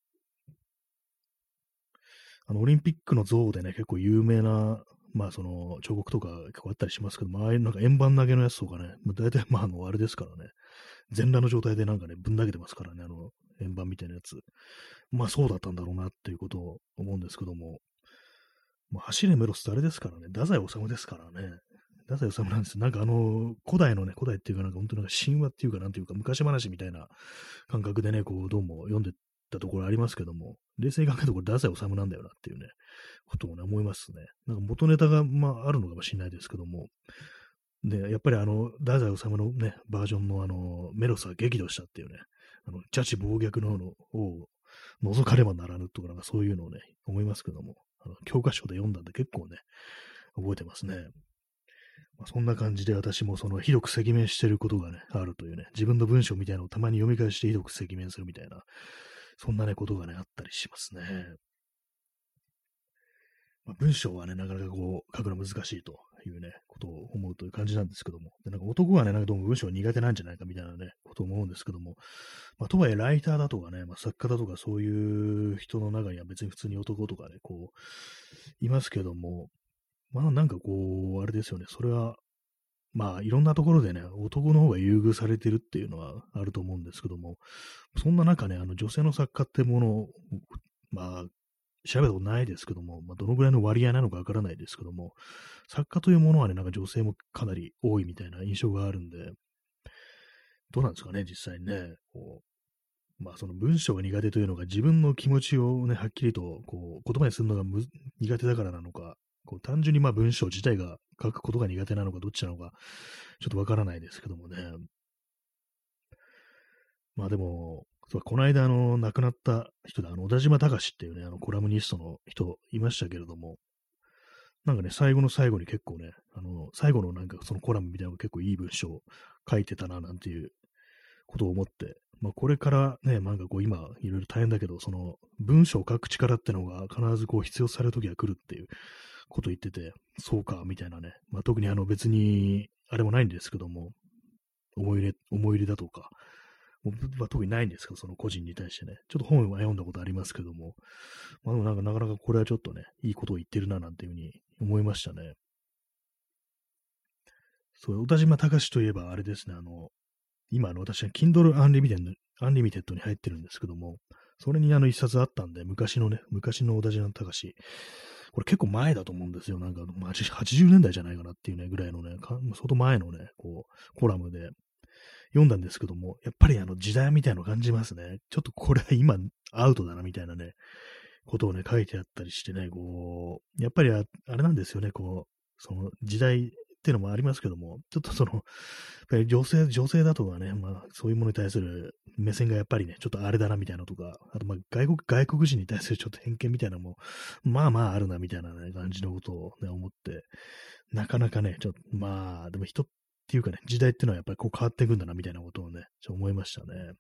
Speaker 1: オリンピックの像でね、結構有名な、まあ、彫刻とか結構あったりしますけど、まあ、ああいうなんか円盤投げのやつとかね、まあ、大体、まあ、あれですからね、全裸の状態でなんかね、ぶん投げてますからね、円盤みたいなやつ。まあ、そうだったんだろうなっていうことを思うんですけども、まあ、走れメロスってあれですからね、太宰治ですからね、太宰治なんですよ。なんか古代っていうかなんか本当なんか神話っていうかなんていうか昔話みたいな感覚でね、こう、どうも読んでたところありますけども、冷静に考えるとこれ太宰治なんだよなっていうね、ことをね、思いますね。なんか元ネタが、まあ、あるのかもしれないですけども、で、やっぱり太宰治のね、バージョンのメロスは激怒したっていうね、邪智暴虐のを覗かねばならぬとか、なんかそういうのをね、思いますけども、教科書で読んだんで結構ね、覚えてますね。まあ、そんな感じで私もひどく赤面してることがね、あるというね、自分の文章みたいなのをたまに読み返してひどく赤面するみたいな、そんなね、ことがね、あったりしますね。まあ、文章はね、なかなかこう、書くの難しいというね、ことを思うという感じなんですけども、でなんか男はね、なんかどうも文章苦手なんじゃないかみたいなね、ことを思うんですけども、まあ、とはいえライターだとかね、まあ、作家だとかそういう人の中には別に普通に男とかね、こう、いますけども、まあなんかこう、あれですよね、それはまあ、いろんなところでね、男の方が優遇されてるっていうのはあると思うんですけども、そんな中ね、女性の作家ってものを、まあ、調べたことないですけども、まあ、どのぐらいの割合なのかわからないですけども、作家というものはね、なんか女性もかなり多いみたいな印象があるんで、どうなんですかね、実際にね。まあ、その文章が苦手というのが自分の気持ちをね、はっきりと言葉にするのが苦手だからなのか、単純にまあ文章自体が書くことが苦手なのか、どっちなのか、ちょっとわからないですけどもね。まあでも、そうこの間亡くなった人で、小田島隆っていうね、コラムニストの人いましたけれども、なんかね、最後の最後に結構ね、最後のなんかそのコラムみたいなのが結構いい文章を書いてたな、なんていうことを思って、まあこれからね、なんか今いろいろ大変だけど、その文章を書く力ってのが必ず必要される時が来るっていうことを言ってて、そうか、みたいなね。まあ特に別に、あれもないんですけども、思い入れだとか、は特にないんですけど、その個人に対してね。ちょっと本は読んだことありますけども、まあでもなんかなかなかこれはちょっとね、いいことを言ってるななんていうふうに思いましたね。そう、小田島隆といえばあれですね、今私は Kindle Unlimited に入ってるんですけども、それに一冊あったんで、昔の小田島隆、これ結構前だと思うんですよ。なんか80年代じゃないかなっていうね、ぐらいのね、相当前のね、コラムで、読んだんですけども、やっぱり時代みたいなのを感じますね。ちょっとこれは今アウトだなみたいなね、ことをね、書いてあったりしてね、やっぱりあれなんですよね、その時代っていうのもありますけども、ちょっとやっぱり女性だとかね、まあそういうものに対する目線がやっぱりね、ちょっとあれだなみたいなとか、あとまあ外国人に対するちょっと偏見みたいなのも、まあまああるなみたいなね、感じのことをね、思って、なかなかね、ちょっとまあ、でも人っていうかね、時代っていうのはやっぱり変わっていくんだなみたいなことをね、思いましたね。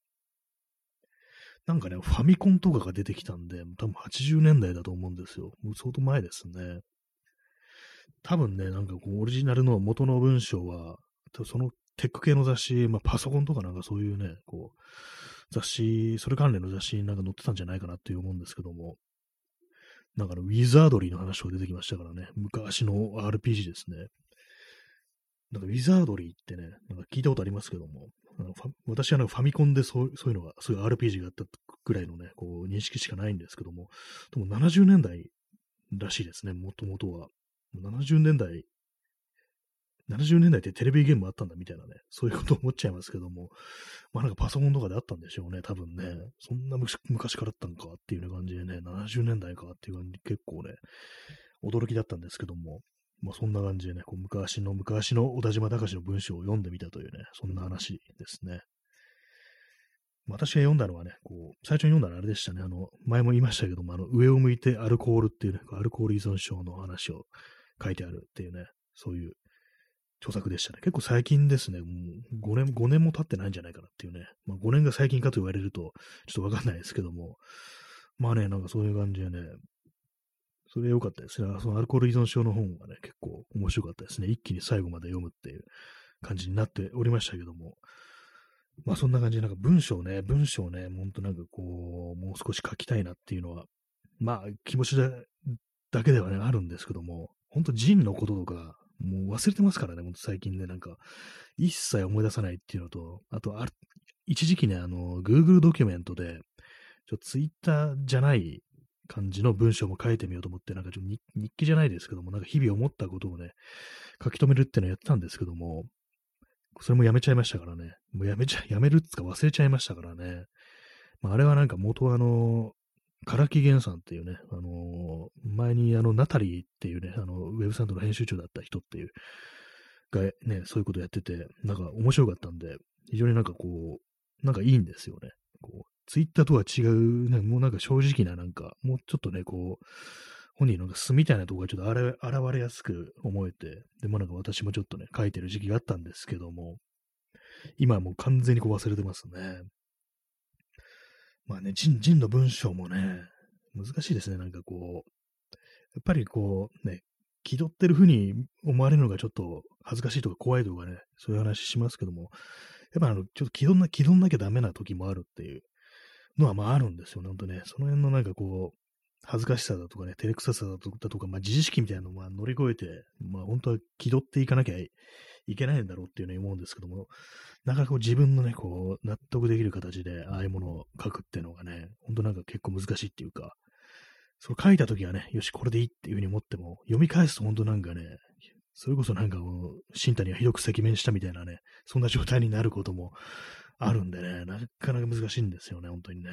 Speaker 1: なんかね、ファミコンとかが出てきたんで、多分80年代だと思うんですよ。もう相当前ですね。多分ね、なんかオリジナルの元の文章は、そのテック系の雑誌、まあパソコンとかなんかそういうね、雑誌、それ関連の雑誌になんか載ってたんじゃないかなって思うんですけども、なんかウィザードリーの話が出てきましたからね、昔の RPG ですね。なんかウィザードリーってね、なんか聞いたことありますけども、私はなんかファミコンでそういうのが、そういう RPG があったぐらいのね、認識しかないんですけども、でも70年代らしいですね、もともとは。70年代、70年代ってテレビゲームあったんだみたいなね、そういうこと思っちゃいますけども、まあなんかパソコンとかであったんでしょうね、多分ね。そんな昔からあったのかっていうね感じでね、70年代かっていう感じで結構ね、驚きだったんですけども、 まあそんな感じでね、こう昔の小田島隆の文章を読んでみたというね、そんな話ですね。私が読んだのはね、こう、最初に読んだのはあれでしたね。前も言いましたけども、上を向いてアルコールっていうね、アルコール依存症の話を書いてあるっていうね、そういう著作でしたね。結構最近ですね。もう5年も経ってないんじゃないかなっていうね。まあ5年が最近かと言われると、ちょっとわかんないですけども。まあね、なんかそういう感じでね、それ良かったですね。そのアルコール依存症の本がね、結構面白かったですね。一気に最後まで読むっていう感じになっておりましたけども。まあそんな感じで、なんか文章ね、ほんとなんかこう、もう少し書きたいなっていうのは、まあ気持ちだけではね、あるんですけども、ほんとジンのこととか、もう忘れてますからね、ほんと最近ね、なんか、一切思い出さないっていうのと、あと、一時期ね、Google ドキュメントで、Twitter じゃない感じの文章も書いてみようと思って、なんか日記じゃないですけども、なんか日々思ったことをね、書き留めるっていうのをやってたんですけども、それもやめちゃいましたからね。もうやめるっつか忘れちゃいましたからね。まあ、あれはなんか元は唐木源さんっていうね、前にナタリーっていうね、ウェブサイトの編集長だった人っていう、がね、そういうことやってて、なんか面白かったんで、非常になんかこう、なんかいいんですよね。こう、ツイッターとは違う、ね、もうなんか正直ななんか、もうちょっとね、こう、本人の素みたいなところがちょっと現れやすく思えて、でもなんか私もちょっとね、書いてる時期があったんですけども、今はもう完全にこう忘れてますね。まあね、ジンの文章もね、難しいですね。なんかこう、やっぱりこう、ね、気取ってる風に思われるのがちょっと恥ずかしいとか怖いとかね、そういう話しますけども、やっぱちょっと気取んなきゃダメな時もあるっていうのはまああるんですよね、ほんとね。その辺のなんかこう、恥ずかしさだとかね、照れくささだとか、まあ自意識みたいなのをまあ乗り越えて、まあ本当は気取っていかなきゃいけないんだろうっていうふうに思うんですけども、なかなかこう自分のね、こう、納得できる形で、ああいうものを書くっていうのがね、ほんとなんか結構難しいっていうか、それ書いたときはね、よし、これでいいっていうふうに思っても、読み返すと本当なんかね、それこそなんかもう、身体にはひどく赤面したみたいなね、そんな状態になることもあるんでね、なかなか難しいんですよね、本当にね。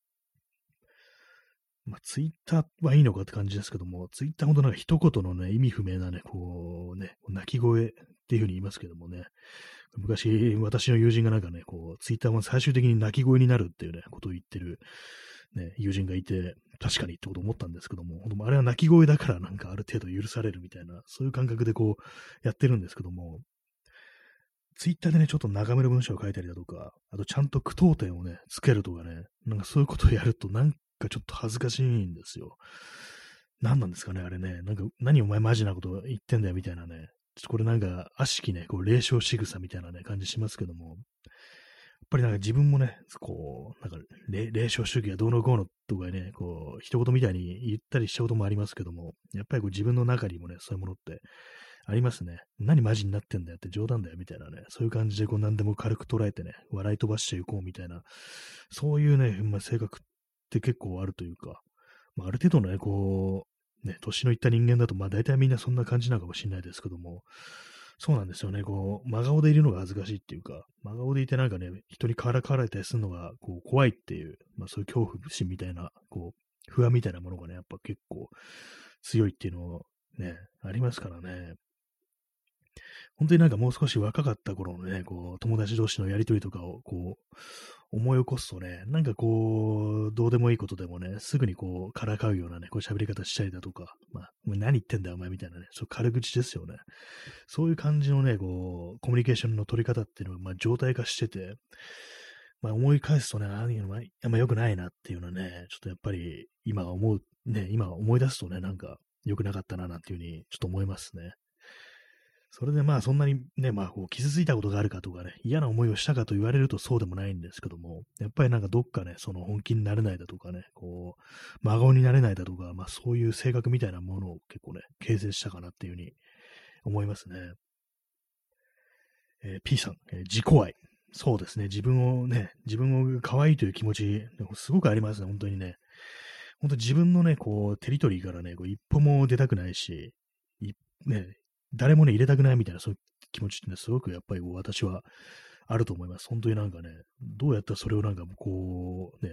Speaker 1: まあ、ツイッターはいいのかって感じですけども、ツイッターほんとなんか一言のね、意味不明なね、こうね、泣き声っていうふうに言いますけどもね、昔、私の友人がなんかね、こう、ツイッターも最終的に泣き声になるっていうね、ことを言ってる、ね、友人がいて、確かにってこと思ったんですけども、ほんとあれは泣き声だからなんかある程度許されるみたいな、そういう感覚でこう、やってるんですけども、ツイッターでね、ちょっと長めの文章を書いたりだとか、あとちゃんと句読点をね、つけるとかね、なんかそういうことをやるとなんかちょっと恥ずかしいんですよ。何なんですかね、あれね。なんか、何お前マジなこと言ってんだよみたいなね。ちょっとこれなんか、悪しきね、こう、霊障仕草みたいなね、感じしますけども、やっぱりなんか自分もね、こう、なんか、霊障主義がどうのこうのとかね、こう、一言みたいに言ったりしたこともありますけども、やっぱりこう自分の中にもね、そういうものってありますね。何マジになってんだよって冗談だよみたいなね、そういう感じでこう何でも軽く捉えてね、笑い飛ばしていこうみたいな、そういうね、まあ、性格って結構あるというか、まあ、ある程度のね、こう、ね、年のいった人間だと、まあ大体みんなそんな感じなのかもしれないですけども、そうなんですよね、こう、真顔でいるのが恥ずかしいっていうか、真顔でいてなんかね、人にからかわれたりするのが、こう、怖いっていう、まあそういう恐怖心みたいな、こう、不安みたいなものがね、やっぱ結構強いっていうのをね、ありますからね。本当になんかもう少し若かった頃のね、こう、友達同士のやりとりとかを、こう、思い起こすとね、なんかこう、どうでもいいことでもね、すぐにこう、からかうようなね、こう喋り方したりだとか、まあ、お前何言ってんだよお前みたいなね、そう軽口ですよね。そういう感じのね、こう、コミュニケーションの取り方っていうのが、まあ、状態化してて、まあ、思い返すとね、ああいうのはあんま良くないなっていうのはね、ちょっとやっぱり今思い出すとね、なんか良くなかったななんていうふうにちょっと思いますね。それでまあそんなにね、まあこう傷ついたことがあるかとかね、嫌な思いをしたかと言われるとそうでもないんですけども、やっぱりなんかどっかね、その本気になれないだとかね、こう、真顔になれないだとか、まあそういう性格みたいなものを結構ね、形成したかなっていうふうに思いますね。P さん、自己愛。そうですね、自分を可愛いという気持ち、すごくありますね、本当にね。本当自分のね、こう、テリトリーからね、こう一歩も出たくないし、ね、誰もね、入れたくないみたいな、そういう気持ちってね、すごくやっぱりこう私はあると思います。本当になんかね、どうやったらそれをなんかこう、ね、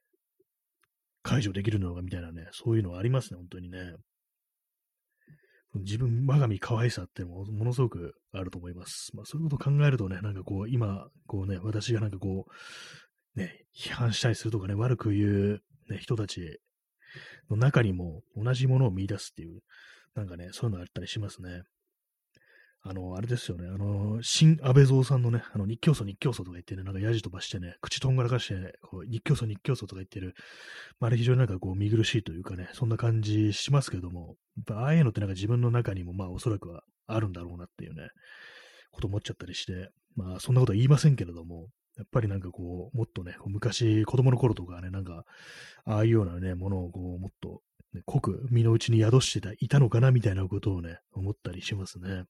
Speaker 1: 解除できるのかみたいなね、そういうのはありますね、本当にね。 我が身可愛さっていうのもものすごくあると思います。まあそういうことを考えるとね、なんかこう、今、こうね、私がなんかこう、ね、批判したりするとかね、悪く言う、ね、人たちの中にも同じものを見出すっていう、なんかね、そういうのあったりしますね。あれですよね、新安倍蔵さんのね、日教祖日教祖とか言ってね、なんかヤジ飛ばしてね、口とんがらかしてね、こう日教祖日教祖とか言ってる、まあ、あれ非常になんかこう見苦しいというかね、そんな感じしますけども、やっぱああいうのってなんか自分の中にもまあおそらくはあるんだろうなっていうね、こと思っちゃったりして、まあそんなことは言いませんけれども、やっぱりなんかこう、もっとね、こう昔子供の頃とかね、なんか、ああいうようなね、ものをこう、もっと、ね、濃く身の内に宿していたのかなみたいなことをね、思ったりしますね。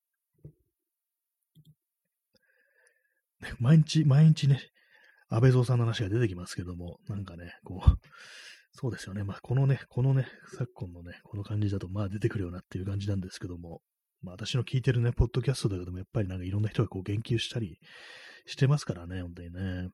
Speaker 1: 毎日ね、安倍蔵さんの話が出てきますけども、なんかね、こう、そうですよね。まあ、このね、昨今のね、この感じだと、まあ出てくるようなっていう感じなんですけども、まあ私の聞いてるね、ポッドキャストだけども、やっぱりなんかいろんな人がこう言及したりしてますからね、本当にね。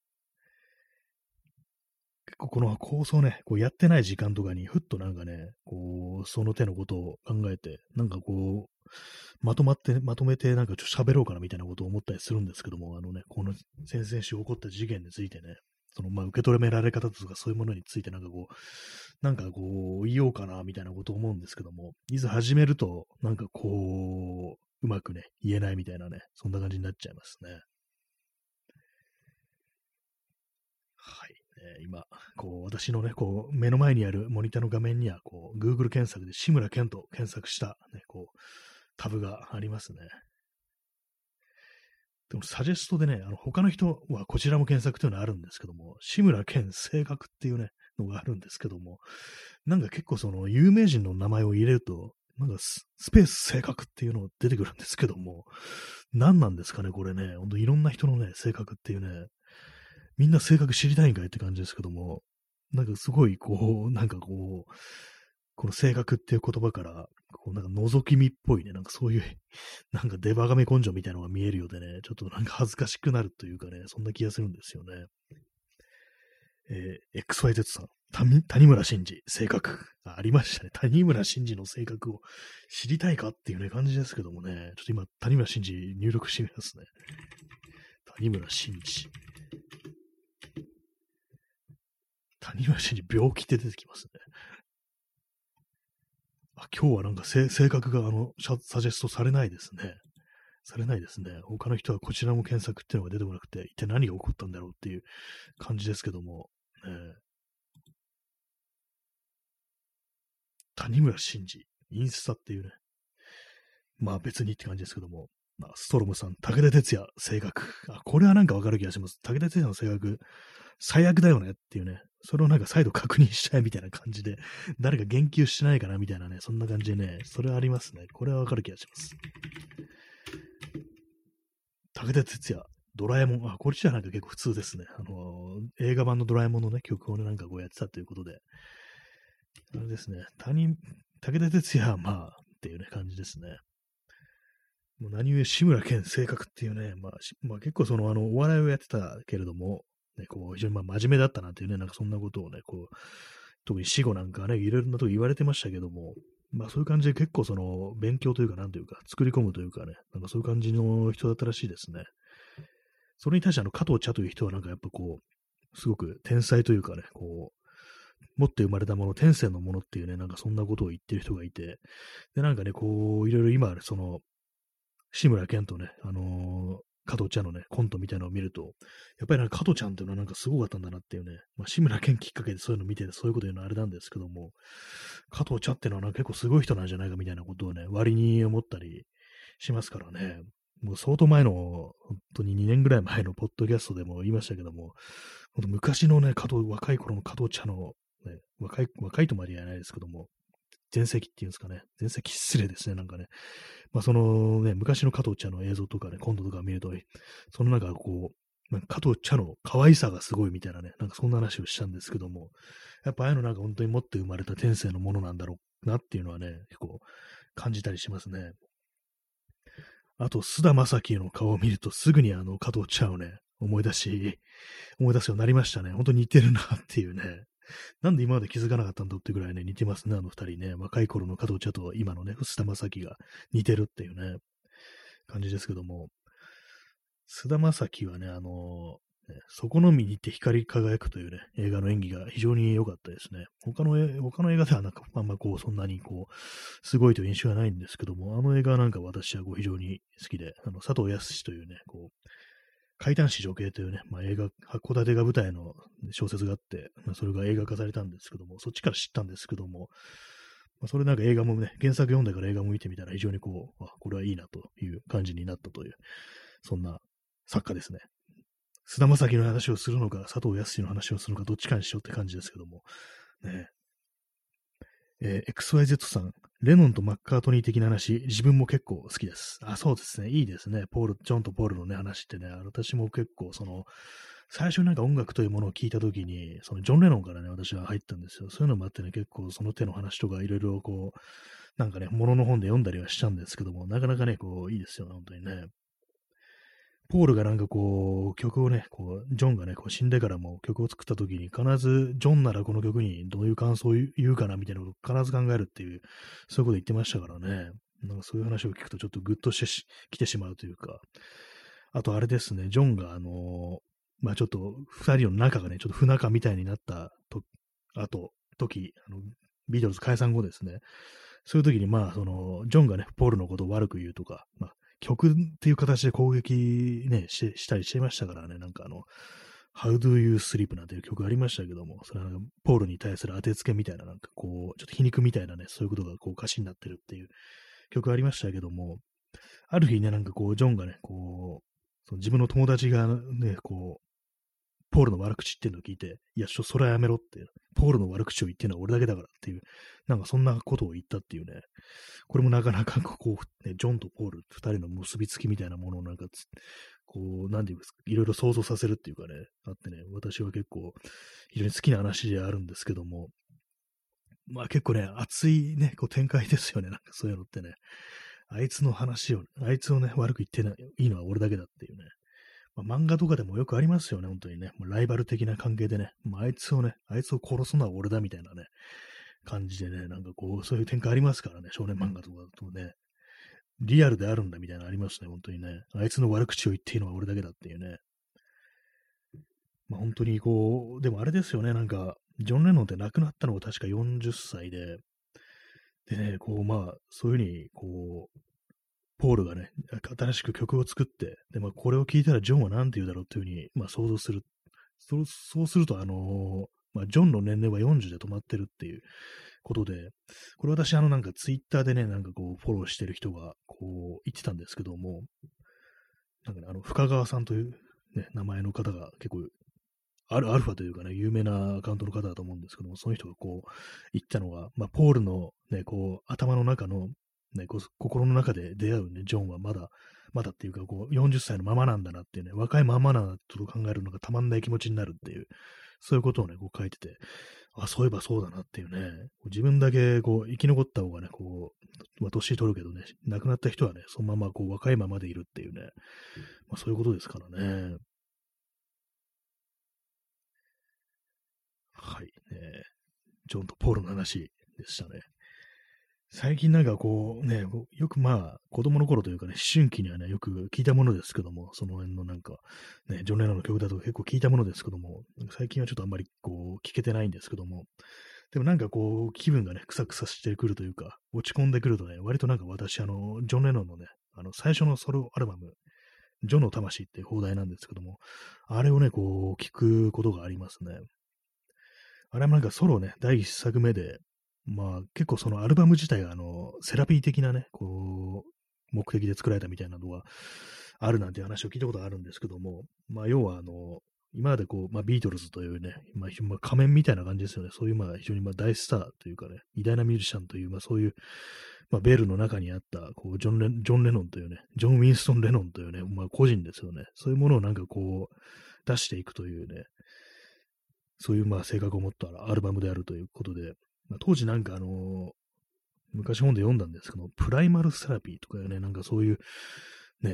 Speaker 1: 結構この構想ね、こうやってない時間とかに、ふっとなんかね、こう、その手のことを考えて、なんかこう、まとめてなんかちょっと喋ろうかなみたいなことを思ったりするんですけども、この先々週起こった事件についてね、そのまあ受け止められ方とかそういうものについてなんかこう、言おうかなみたいなことを思うんですけども、いざ始めると、なんかこう、うまくね、言えないみたいなね、そんな感じになっちゃいますね。はい。今、こう、私のね、こう、目の前にあるモニターの画面には、こう、Google 検索で志村けんと検索した、ね、こう、タブがありますね。でも、サジェストでね、他の人はこちらも検索というのはあるんですけども、志村けん性格っていうね、のがあるんですけども、なんか結構その、有名人の名前を入れると、なんかスペース性格っていうのが出てくるんですけども、何なんですかね、これね。ほんといろんな人のね、性格っていうね、みんな性格知りたいんかいって感じですけども、なんかすごいこう、なんかこう、この性格っていう言葉から、こうなんか覗き見っぽいね、なんかそういう、なんかデバガメ根性みたいなのが見えるようでね、ちょっとなんか恥ずかしくなるというかね、そんな気がするんですよね。XYZ さん、谷村新司、性格。ありましたね。谷村新司の性格を知りたいかっていうね、感じですけどもね、ちょっと今、谷村新司入力してみますね。谷村新司。谷村新司病気って出てきますね。今日はなんか性格がサジェストされないですね。されないですね。他の人はこちらも検索っていうのが出てこなくて、一体何が起こったんだろうっていう感じですけども、谷村新司、インスタっていうね、まあ別にって感じですけども、まあ、ストロムさん、武田鉄矢、性格。これはなんかわかる気がします。武田鉄矢の性格、最悪だよねっていうね、それをなんか再度確認したいみたいな感じで、誰か言及してないかなみたいなね、そんな感じでね、それはありますね。これはわかる気がします。武田鉄矢、ドラえもん、これじゃなんか結構普通ですね。映画版のドラえもんのね、曲をね、なんかこうやってたということで、あれですね、武田鉄矢はまあ、っていうね、感じですね。もう何故志村けん性格っていうね、まあ結構そのお笑いをやってたけれども、ね、こう非常にまあ真面目だったなんていうね、なんかそんなことをね、こう、特に死後なんかね、いろいろなとこ言われてましたけども、まあそういう感じで結構その勉強というかなんというか、作り込むというかね、なんかそういう感じの人だったらしいですね。それに対して加藤茶という人はなんかやっぱこう、すごく天才というかね、こう、持って生まれたもの、天性のものっていうね、なんかそんなことを言ってる人がいて、で、なんかね、こう、いろいろ今、その、志村けんとね、加藤茶のね、コントみたいなのを見ると、やっぱりなんか加藤ちゃんっていうのはなんかすごかったんだなっていうね、まあ、志村けんきっかけでそういうの見て、そういうこと言うのはあれなんですけども、加藤茶っていうのはなんか結構すごい人なんじゃないかみたいなことをね、割に思ったりしますからね、もう相当前の、本当に2年ぐらい前のポッドキャストでも言いましたけども、本当昔のね、若い頃の加藤茶の、ね、若いとまで言わないですけども、前世紀っていうんですかね、前世紀失礼ですね、なんかね、まあ、そのね、昔の加藤茶の映像とかね、コントとか見ると、そのなんかこう、なんか加藤茶の可愛さがすごいみたいなね、なんかそんな話をしたんですけども、やっぱああいうのなんか本当に持って生まれた天性のものなんだろうなっていうのはね、結構感じたりしますね。あと、菅田将暉の顔を見るとすぐに加藤茶をね、思い出すようになりましたね。本当に似てるなっていうね。 なんで今まで気づかなかったんだってぐらいね、似てますね、あの二人ね。若い頃の加藤茶と今のね、菅田将暉が似てるっていうね、感じですけども、菅田将暉はね、そこのみに行って光り輝くというね、映画の演技が非常に良かったですね。他の映画ではなんか、あんまこう、そんなにこう、すごいという印象はないんですけども、あの映画はなんか私はこう非常に好きで、佐藤康というね、こう、怪談師女系というね、まあ、函館が舞台の小説があって、まあ、それが映画化されたんですけども、そっちから知ったんですけども、まあ、それなんか映画もね、原作読んでから映画も見てみたら非常にこう、これはいいなという感じになったという、そんな作家ですね。菅田将暉の話をするのか、佐藤康の話をするのか、どっちかにしようって感じですけども、ね。XYZ さん、レノンとマッカートニー的な話、自分も結構好きです。あ、そうですね。いいですね。ジョンとポールのね、話ってね、私も結構、最初になんか音楽というものを聞いたときに、ジョン・レノンからね、私は入ったんですよ。そういうのもあってね、結構その手の話とかいろいろこう、なんかね、ものの本で読んだりはしたんですけども、なかなかね、こう、いいですよね、本当にね。ポールがなんかこう、曲をね、こう、ジョンがね、こう死んでからも曲を作った時に、必ず、ジョンならこの曲にどういう感想を言うかな、みたいなことを必ず考えるっていう、そういうこと言ってましたからね。なんかそういう話を聞くとちょっとグッと来てしまうというか、あとあれですね、ジョンがまあちょっと、二人の仲がね、ちょっと不仲みたいになった時、ビートルズ解散後ですね、そういう時に、まあ、ジョンがね、ポールのことを悪く言うとか、まあ、曲っていう形で攻撃ね、したりしてましたからね、なんかHow Do You Sleep なんていう曲ありましたけども、それはなんかポールに対する当てつけみたいな、なんかこう、ちょっと皮肉みたいなね、そういうことがこう歌詞になってるっていう曲ありましたけども、ある日ね、なんかこう、ジョンがね、こう、その自分の友達がね、こう、ポールの悪口言ってんのを聞いて、いや、それはやめろって、ポールの悪口を言ってるのは俺だけだからっていう、なんかそんなことを言ったっていうね、これもなかなかこう、ね、ジョンとポール二人の結びつきみたいなものをなんかこう、なんていうんですか、いろいろ想像させるっていうかね、あってね、私は結構非常に好きな話であるんですけども、まあ結構ね、熱いね、こう展開ですよね、なんかそういうのってね。あいつの話を、あいつをね、悪く言っていいのは俺だけだっていうね。まあ、漫画とかでもよくありますよね、本当にね。もうライバル的な関係でね、あいつを殺すのは俺だみたいなね、感じでね、なんかこう、そういう展開ありますからね、少年漫画とかだとね、リアルであるんだみたいなのありますね、本当にね。あいつの悪口を言っていいのは俺だけだっていうね。まあ本当にこう、でもあれですよね、なんか、ジョン・レノンって亡くなったのが確か40歳で、でね、こう、まあ、そういうふうに、こう、ポールがね、新しく曲を作って、で、まあ、これを聞いたらジョンは何て言うだろうっていうふうに、まあ、想像する。そうすると、まあ、ジョンの年齢は40で止まってるっていうことで、これ私、なんかツイッターでね、なんかこう、フォローしてる人が、こう、言ってたんですけども、なんかね、深川さんという、ね、名前の方が結構、アルファというかね、有名なアカウントの方だと思うんですけども、その人がこう、言ったのは、まあ、ポールのね、こう、頭の中の、ね、こう心の中で出会うね、ジョンはまだっていうか、こう、40歳のままなんだなっていうね、若いままなんだと考えるのがたまんない気持ちになるっていう、そういうことをね、こう書いてて、あ、そういえばそうだなっていうね、自分だけこう、生き残った方がね、こう、まあ、年取るけどね、亡くなった人はね、そのままこう、若いままでいるっていうね、まあ、そういうことですからね。はい、ジョンとポールの話でしたね。最近なんかこうね、よくまあ子供の頃というかね、思春期にはね、よく聞いたものですけども、その辺のなんか、ね、ジョン・レノンの曲だと結構聞いたものですけども、最近はちょっとあんまりこう聞けてないんですけども、でもなんかこう気分がね、くさくさしてくるというか、落ち込んでくるとね、割となんか私、ジョン・レノンのね、最初のソロアルバム、ジョンの魂っていう放題なんですけども、あれをね、こう聞くことがありますね。あれもなんかソロね、第一作目で、まあ結構そのアルバム自体がセラピー的なね、こう、目的で作られたみたいなのがあるなんていう話を聞いたことがあるんですけども、まあ要は今までこう、まあビートルズというね、まあ仮面みたいな感じですよね。そういうまあ非常にまあ大スターというかね、偉大なミュージシャンという、まあそういう、まあベルの中にあった、こうジョン・レノンというね、ジョン・ウィンストン・レノンというね、まあ個人ですよね。そういうものをなんかこう、出していくというね、そういうまあ性格を持ったアルバムであるということで、まあ、当時なんか昔本で読んだんですけど、プライマルセラピーとかね、なんかそういうね、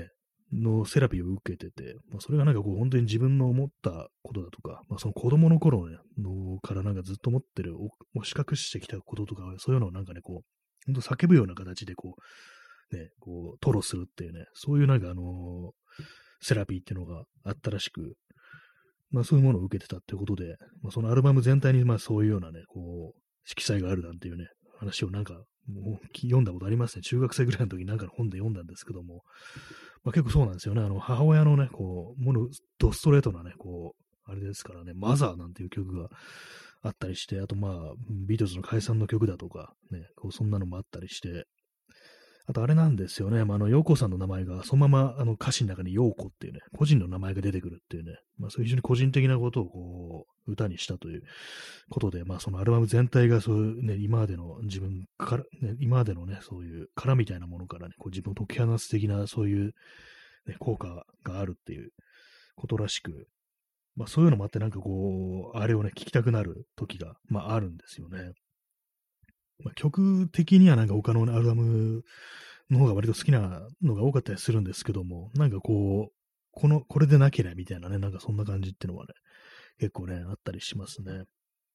Speaker 1: のセラピーを受けてて、それがなんかこう本当に自分の思ったことだとか、その子供の頃、ね、のからなんかずっと持ってる、押し隠してきたこととか、そういうのをなんかね、こう、本当叫ぶような形でこう、ね、こう、吐露するっていうね、そういうなんかセラピーっていうのがあったらしく、そういうものを受けてたってことで、そのアルバム全体にそういうようなね、こう、色彩があるなんていうね、話をなんか、もう読んだことありますね。中学生ぐらいの時になんかの本で読んだんですけども、結構そうなんですよね。母親のね、こう、ドストレートなね、こう、あれですからね、マザーなんていう曲があったりして、あとビートルズの解散の曲だとか、ね、こうそんなのもあったりして、あとあれなんですよね。陽子さんの名前がそのまま歌詞の中に陽子っていうね、個人の名前が出てくるっていうね、そういう非常に個人的なことをこう、歌にしたということで、そのアルバム全体がそういうね、今までの自分から、ね、今までのね、そういう殻みたいなものからね、こう自分を解き放つ的なそういう、ね、効果があるっていうことらしく、そういうのもあってなんかこう、あれをね、聞きたくなる時が、あるんですよね。曲的にはなんか他のアルバムの方が割と好きなのが多かったりするんですけども、なんかこう、これでなければみたいなね、なんかそんな感じっていうのはね、結構ね、あったりしますね。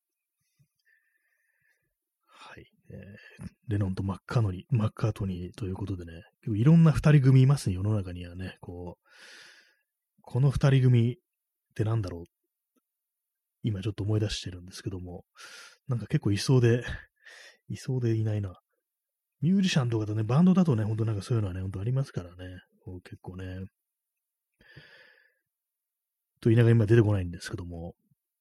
Speaker 1: はい。レノンとマッカートニーということでね、結構いろんな二人組いますね、世の中にはね、こう、この二人組ってなんだろう、今ちょっと思い出してるんですけども、なんか結構いそうで、いそうでいないな。ミュージシャンとかとね、バンドだとね、ほんとなんかそういうのはね、ほんとありますからね、こう結構ね、と言いながら今出てこないんですけども、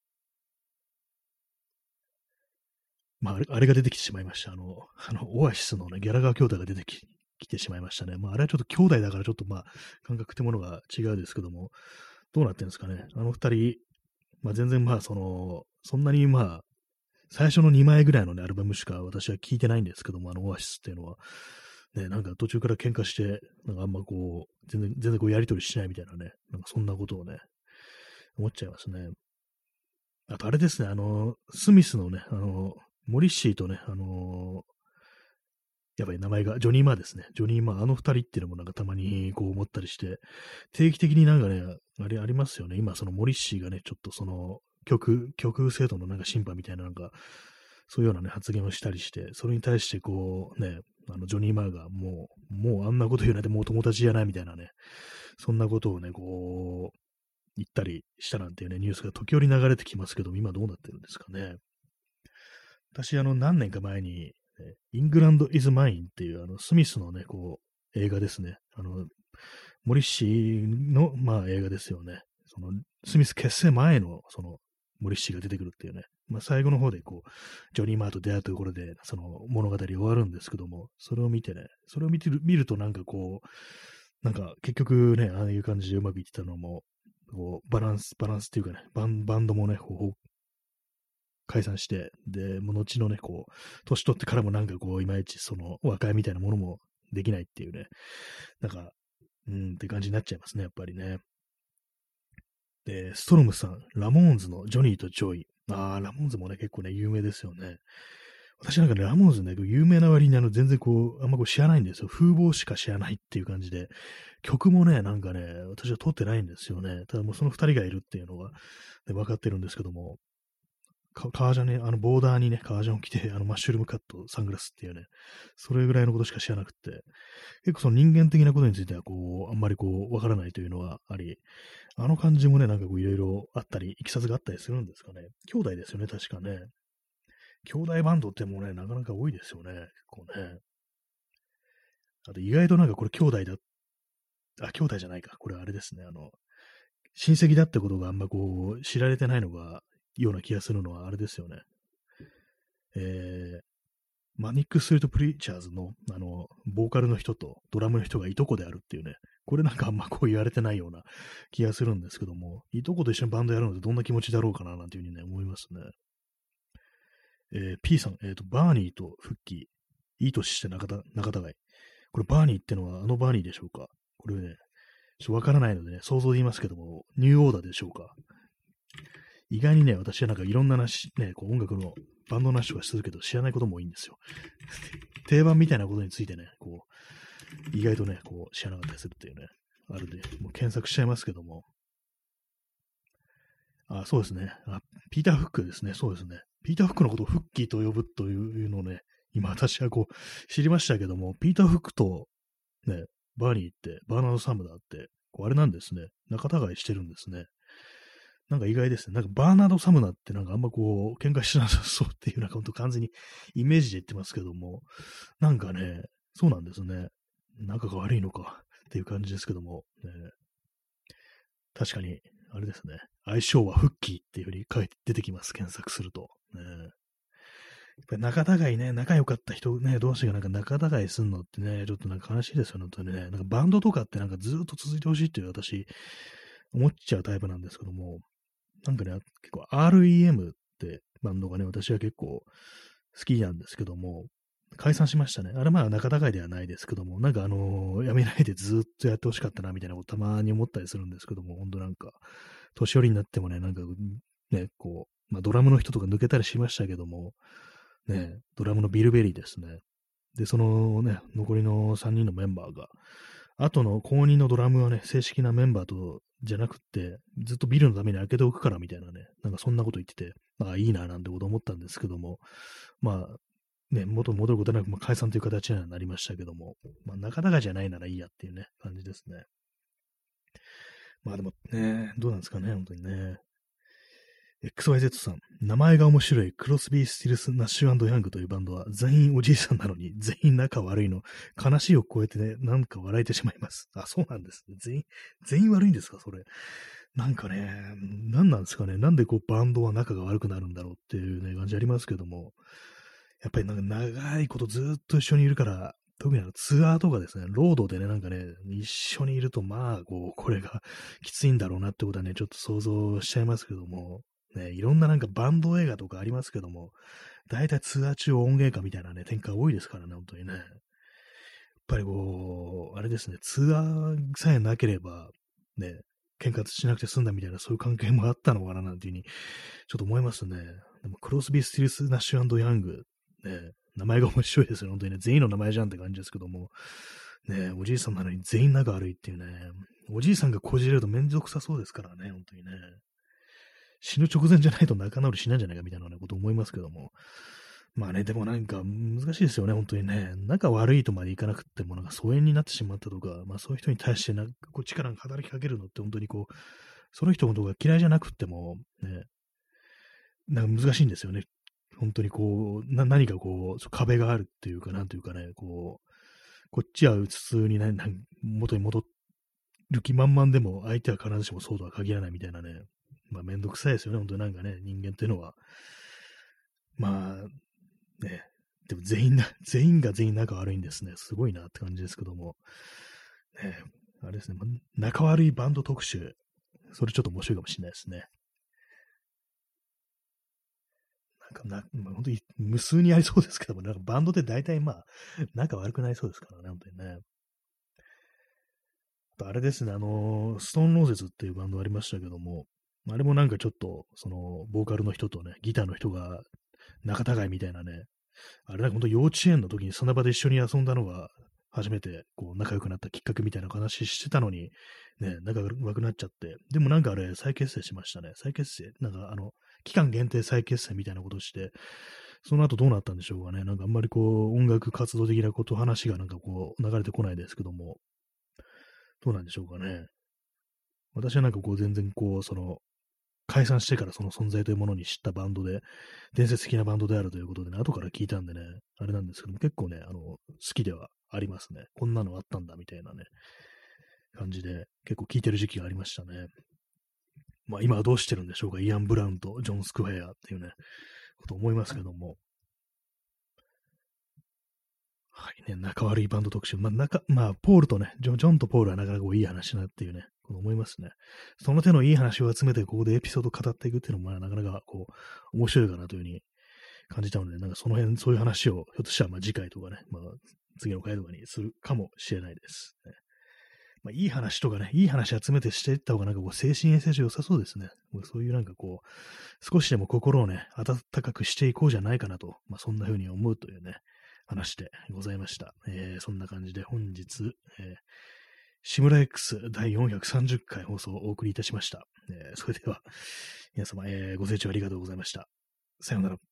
Speaker 1: あれが出てきてしまいました。オアシスのね、ギャラガー兄弟が出てきてしまいましたね。あれはちょっと兄弟だからちょっと感覚ってものが違うですけども、どうなってるんですかね。あの二人、全然そんなに最初の2枚ぐらいのね、アルバムしか私は聞いてないんですけども、オアシスっていうのは、ね、なんか途中から喧嘩して、なんかあんまこう、全然こうやりとりしないみたいなね、なんかそんなことをね、思っちゃいますね。あとあれですね、スミスのね、モリッシーとね、やばい、名前が、ジョニー・マーですね。ジョニー・マー、あの二人っていうのもなんかたまにこう思ったりして、定期的になんかね、あれありますよね。今、そのモリッシーがね、ちょっとその曲制度のなんか審判みたいななんか、そういうようなね、発言をしたりして、それに対してこうね、ジョニー・マーがもうあんなこと言うなんてもう友達じゃないみたいなね、そんなことをね、こう、言ったりしたなんていうね、ニュースが時折流れてきますけど、今どうなってるんですかね。私、何年か前に、イングランド・イズ・マインっていう、スミスのね、こう、映画ですね。モリッシーの、映画ですよね。その、スミス結成前の、その、モリッシーが出てくるっていうね。最後の方で、こう、ジョニー・マーと出会うところで、その物語終わるんですけども、それを見てね、それを見るとなんかこう、なんか結局ね、ああいう感じでうまくいってたのも、こう、バランスっていうかね、バンドもね、こう、解散して、で、もう後のね、こう、年取ってからもなんかこう、いまいちその、和解みたいなものもできないっていうね、なんか、って感じになっちゃいますね、やっぱりね。で、ストロムさん、ラモーンズのジョニーとジョイ。ラモーンズもね、結構ね、有名ですよね。私なんかね、ラモーンズね、有名な割に全然こう、あんまこう知らないんですよ。風貌しか知らないっていう感じで、曲もね、なんかね、私は撮ってないんですよね。ただもうその二人がいるっていうのが、ね、分かってるんですけども、革ジャンね、ボーダーにね、革ジャンを着て、マッシュルームカット、サングラスっていうね、それぐらいのことしか知らなくて、結構その人間的なことについては、こう、あんまりこう、わからないというのはあり、あの感じもね、なんかこう、いろいろあったり、いきさつがあったりするんですかね。兄弟ですよね、確かね。兄弟バンドってもうね、なかなか多いですよね、結構ね。あと意外となんかこれ兄弟だ、兄弟じゃないか。これあれですね、親戚だってことがあんまこう、知られてないのが、ような気がするのはあれですよね。えー、マニック・ストリート・プリーチャーズの、ボーカルの人とドラムの人がいとこであるっていうね、これなんかあんまこう言われてないような気がするんですけども、いとこと一緒にバンドやるのってどんな気持ちだろうかななんていうふうにね、思いますね。P さん、バーニーと復帰、いい年して仲違い。これバーニーってのはあのバーニーでしょうか？これね、ちょっとわからないのでね、想像で言いますけども、ニューオーダーでしょうか？意外にね、私はなんかいろんな話、ね、こう音楽のバンドの話とかするけど知らないことも多いんですよ。定番みたいなことについてね、こう、意外とね、こう知らなかったりするっていうね、 あるんで、もう検索しちゃいますけども。そうですね。ピーター・フックですね。そうですね。ピーター・フックのことをフッキーと呼ぶというのをね、今私はこう知りましたけども、ピーター・フックとね、バーニーって、バーナード・サムダーって、こうあれなんですね。仲違いしてるんですね。なんか意外ですね。なんかバーナード・サムナーってなんかあんまこう、喧嘩してなさそうっていう、なんかほんと完全にイメージで言ってますけども、なんかね、そうなんですね。仲が悪いのかっていう感じですけども、ね、確かに、あれですね。相性はフッキーっていう風に書いて出てきます。検索すると。ね、やっぱり仲違いね、仲良かった人ね、同士がなんか仲違いすんのってね、ちょっとなんか悲しいですよね、本当にね。なんかバンドとかってなんかずっと続いてほしいっていう私、思っちゃうタイプなんですけども、なんかね、結構 REM ってバンドがね、私は結構好きなんですけども、解散しましたね。あれまあ仲違いではないですけども、なんかやめないでずっとやってほしかったなみたいなことたまに思ったりするんですけども、ほんとなんか、年寄りになってもね、なんかね、こう、まあドラムの人とか抜けたりしましたけども、ね、ドラムのビル・ベリーですね。で、そのね、残りの3人のメンバーが、後の後任のドラムはね、正式なメンバーと、じゃなくって、ずっとビルのために開けておくからみたいなね、なんかそんなこと言ってて、いいななんてこと思ったんですけども、まあ、ね、元に戻ることなく、解散という形にはなりましたけども、仲違いじゃないならいいやっていうね、感じですね。でもね、どうなんですかね、本当にね。XYZ さん、名前が面白いクロスビー・スティルス・ナッシュヤングというバンドは全員おじいさんなのに全員仲悪いの、悲しいを超えてね、なんか笑えてしまいます。そうなんですね。全員悪いんですか、それ。なんかね、何なんですかね。なんでこうバンドは仲が悪くなるんだろうっていうね、感じありますけども、やっぱりなんか長いことずっと一緒にいるから、特にツアーとかですね、ロードでね、なんかね、一緒にいると、こう、これがきついんだろうなってことはね、ちょっと想像しちゃいますけども、ね、いろんななんかバンド映画とかありますけども、大体ツアー中音源歌みたいなね、展開多いですからね、本当にね。やっぱりこう、あれですね、ツアーさえなければ、ね、喧嘩しなくて済んだみたいな、そういう関係もあったのかな、なんていうふうに、ちょっと思いますね。でも、クロスビー・スティルス・ナッシュヤング、ね、名前が面白いですよ、本当にね。全員の名前じゃんって感じですけども、ね、おじいさんなのに全員仲悪いっていうね、おじいさんがこじれるとめんどくさそうですからね、本当にね。死ぬ直前じゃないと仲直りしないんじゃないかみたいな、ね、こと思いますけども。でもなんか難しいですよね、本当にね。仲悪いとまでいかなくっても、なんか疎遠になってしまったとか、そういう人に対してなんかこう力が働きかけるのって本当にこう、その人のことが嫌いじゃなくっても、ね、なんか難しいんですよね。本当にこう、何かこう、壁があるっていうか、なんというかね、こう、こっちは普通にね、元に戻る気満々でも、相手は必ずしもそうとは限らないみたいなね。めんどくさいですよね、本当になんかね、人間っていうのは。ね、でも全員が全員仲悪いんですね。すごいなって感じですけども。ね、あれですね、仲悪いバンド特集。それちょっと面白いかもしれないですね。本当に無数にありそうですけども、なんかバンドって大体仲悪くなりそうですからね、本当にね。あれですね、ストーンローゼズっていうバンドありましたけども、あれもなんかちょっと、ボーカルの人とね、ギターの人が仲違いみたいなね、あれなんか本当幼稚園の時にその場で一緒に遊んだのが、初めてこう仲良くなったきっかけみたいな話してたのに、ね、仲悪くなっちゃって、でもなんかあれ再結成しましたね。再結成なんか期間限定再結成みたいなことをして、その後どうなったんでしょうかね。なんかあんまりこう、音楽活動的なこと、話がなんかこう、流れてこないですけども、どうなんでしょうかね。私はなんかこう、全然こう、解散してからその存在というものに知ったバンドで、伝説的なバンドであるということでね、後から聞いたんでね、あれなんですけども、結構ね、好きではありますね。こんなのあったんだ、みたいなね、感じで、結構聞いてる時期がありましたね。今はどうしてるんでしょうか、イアン・ブラウンとジョン・スクエアっていうね、こと思いますけども、はいね、仲悪いバンド特集。ポールとね、ジョンとポールはなかなかこういい話だなっていうね、こう思いますね。その手のいい話を集めて、ここでエピソードを語っていくっていうのも、なかなかこう、面白いかなというふうに感じたので、なんかその辺、そういう話を、ひょっとしたら次回とかね、次の回とかにするかもしれないです。ね、いい話とかね、いい話集めてしていった方がなんかこう、精神衛生上良さそうですね。もうそういうなんかこう、少しでも心をね、温かくしていこうじゃないかなと、そんな風に思うというね、話でございました。そんな感じで本日、 志村 X 第430回放送をお送りいたしました。それでは、皆様、ご清聴ありがとうございました。さようなら。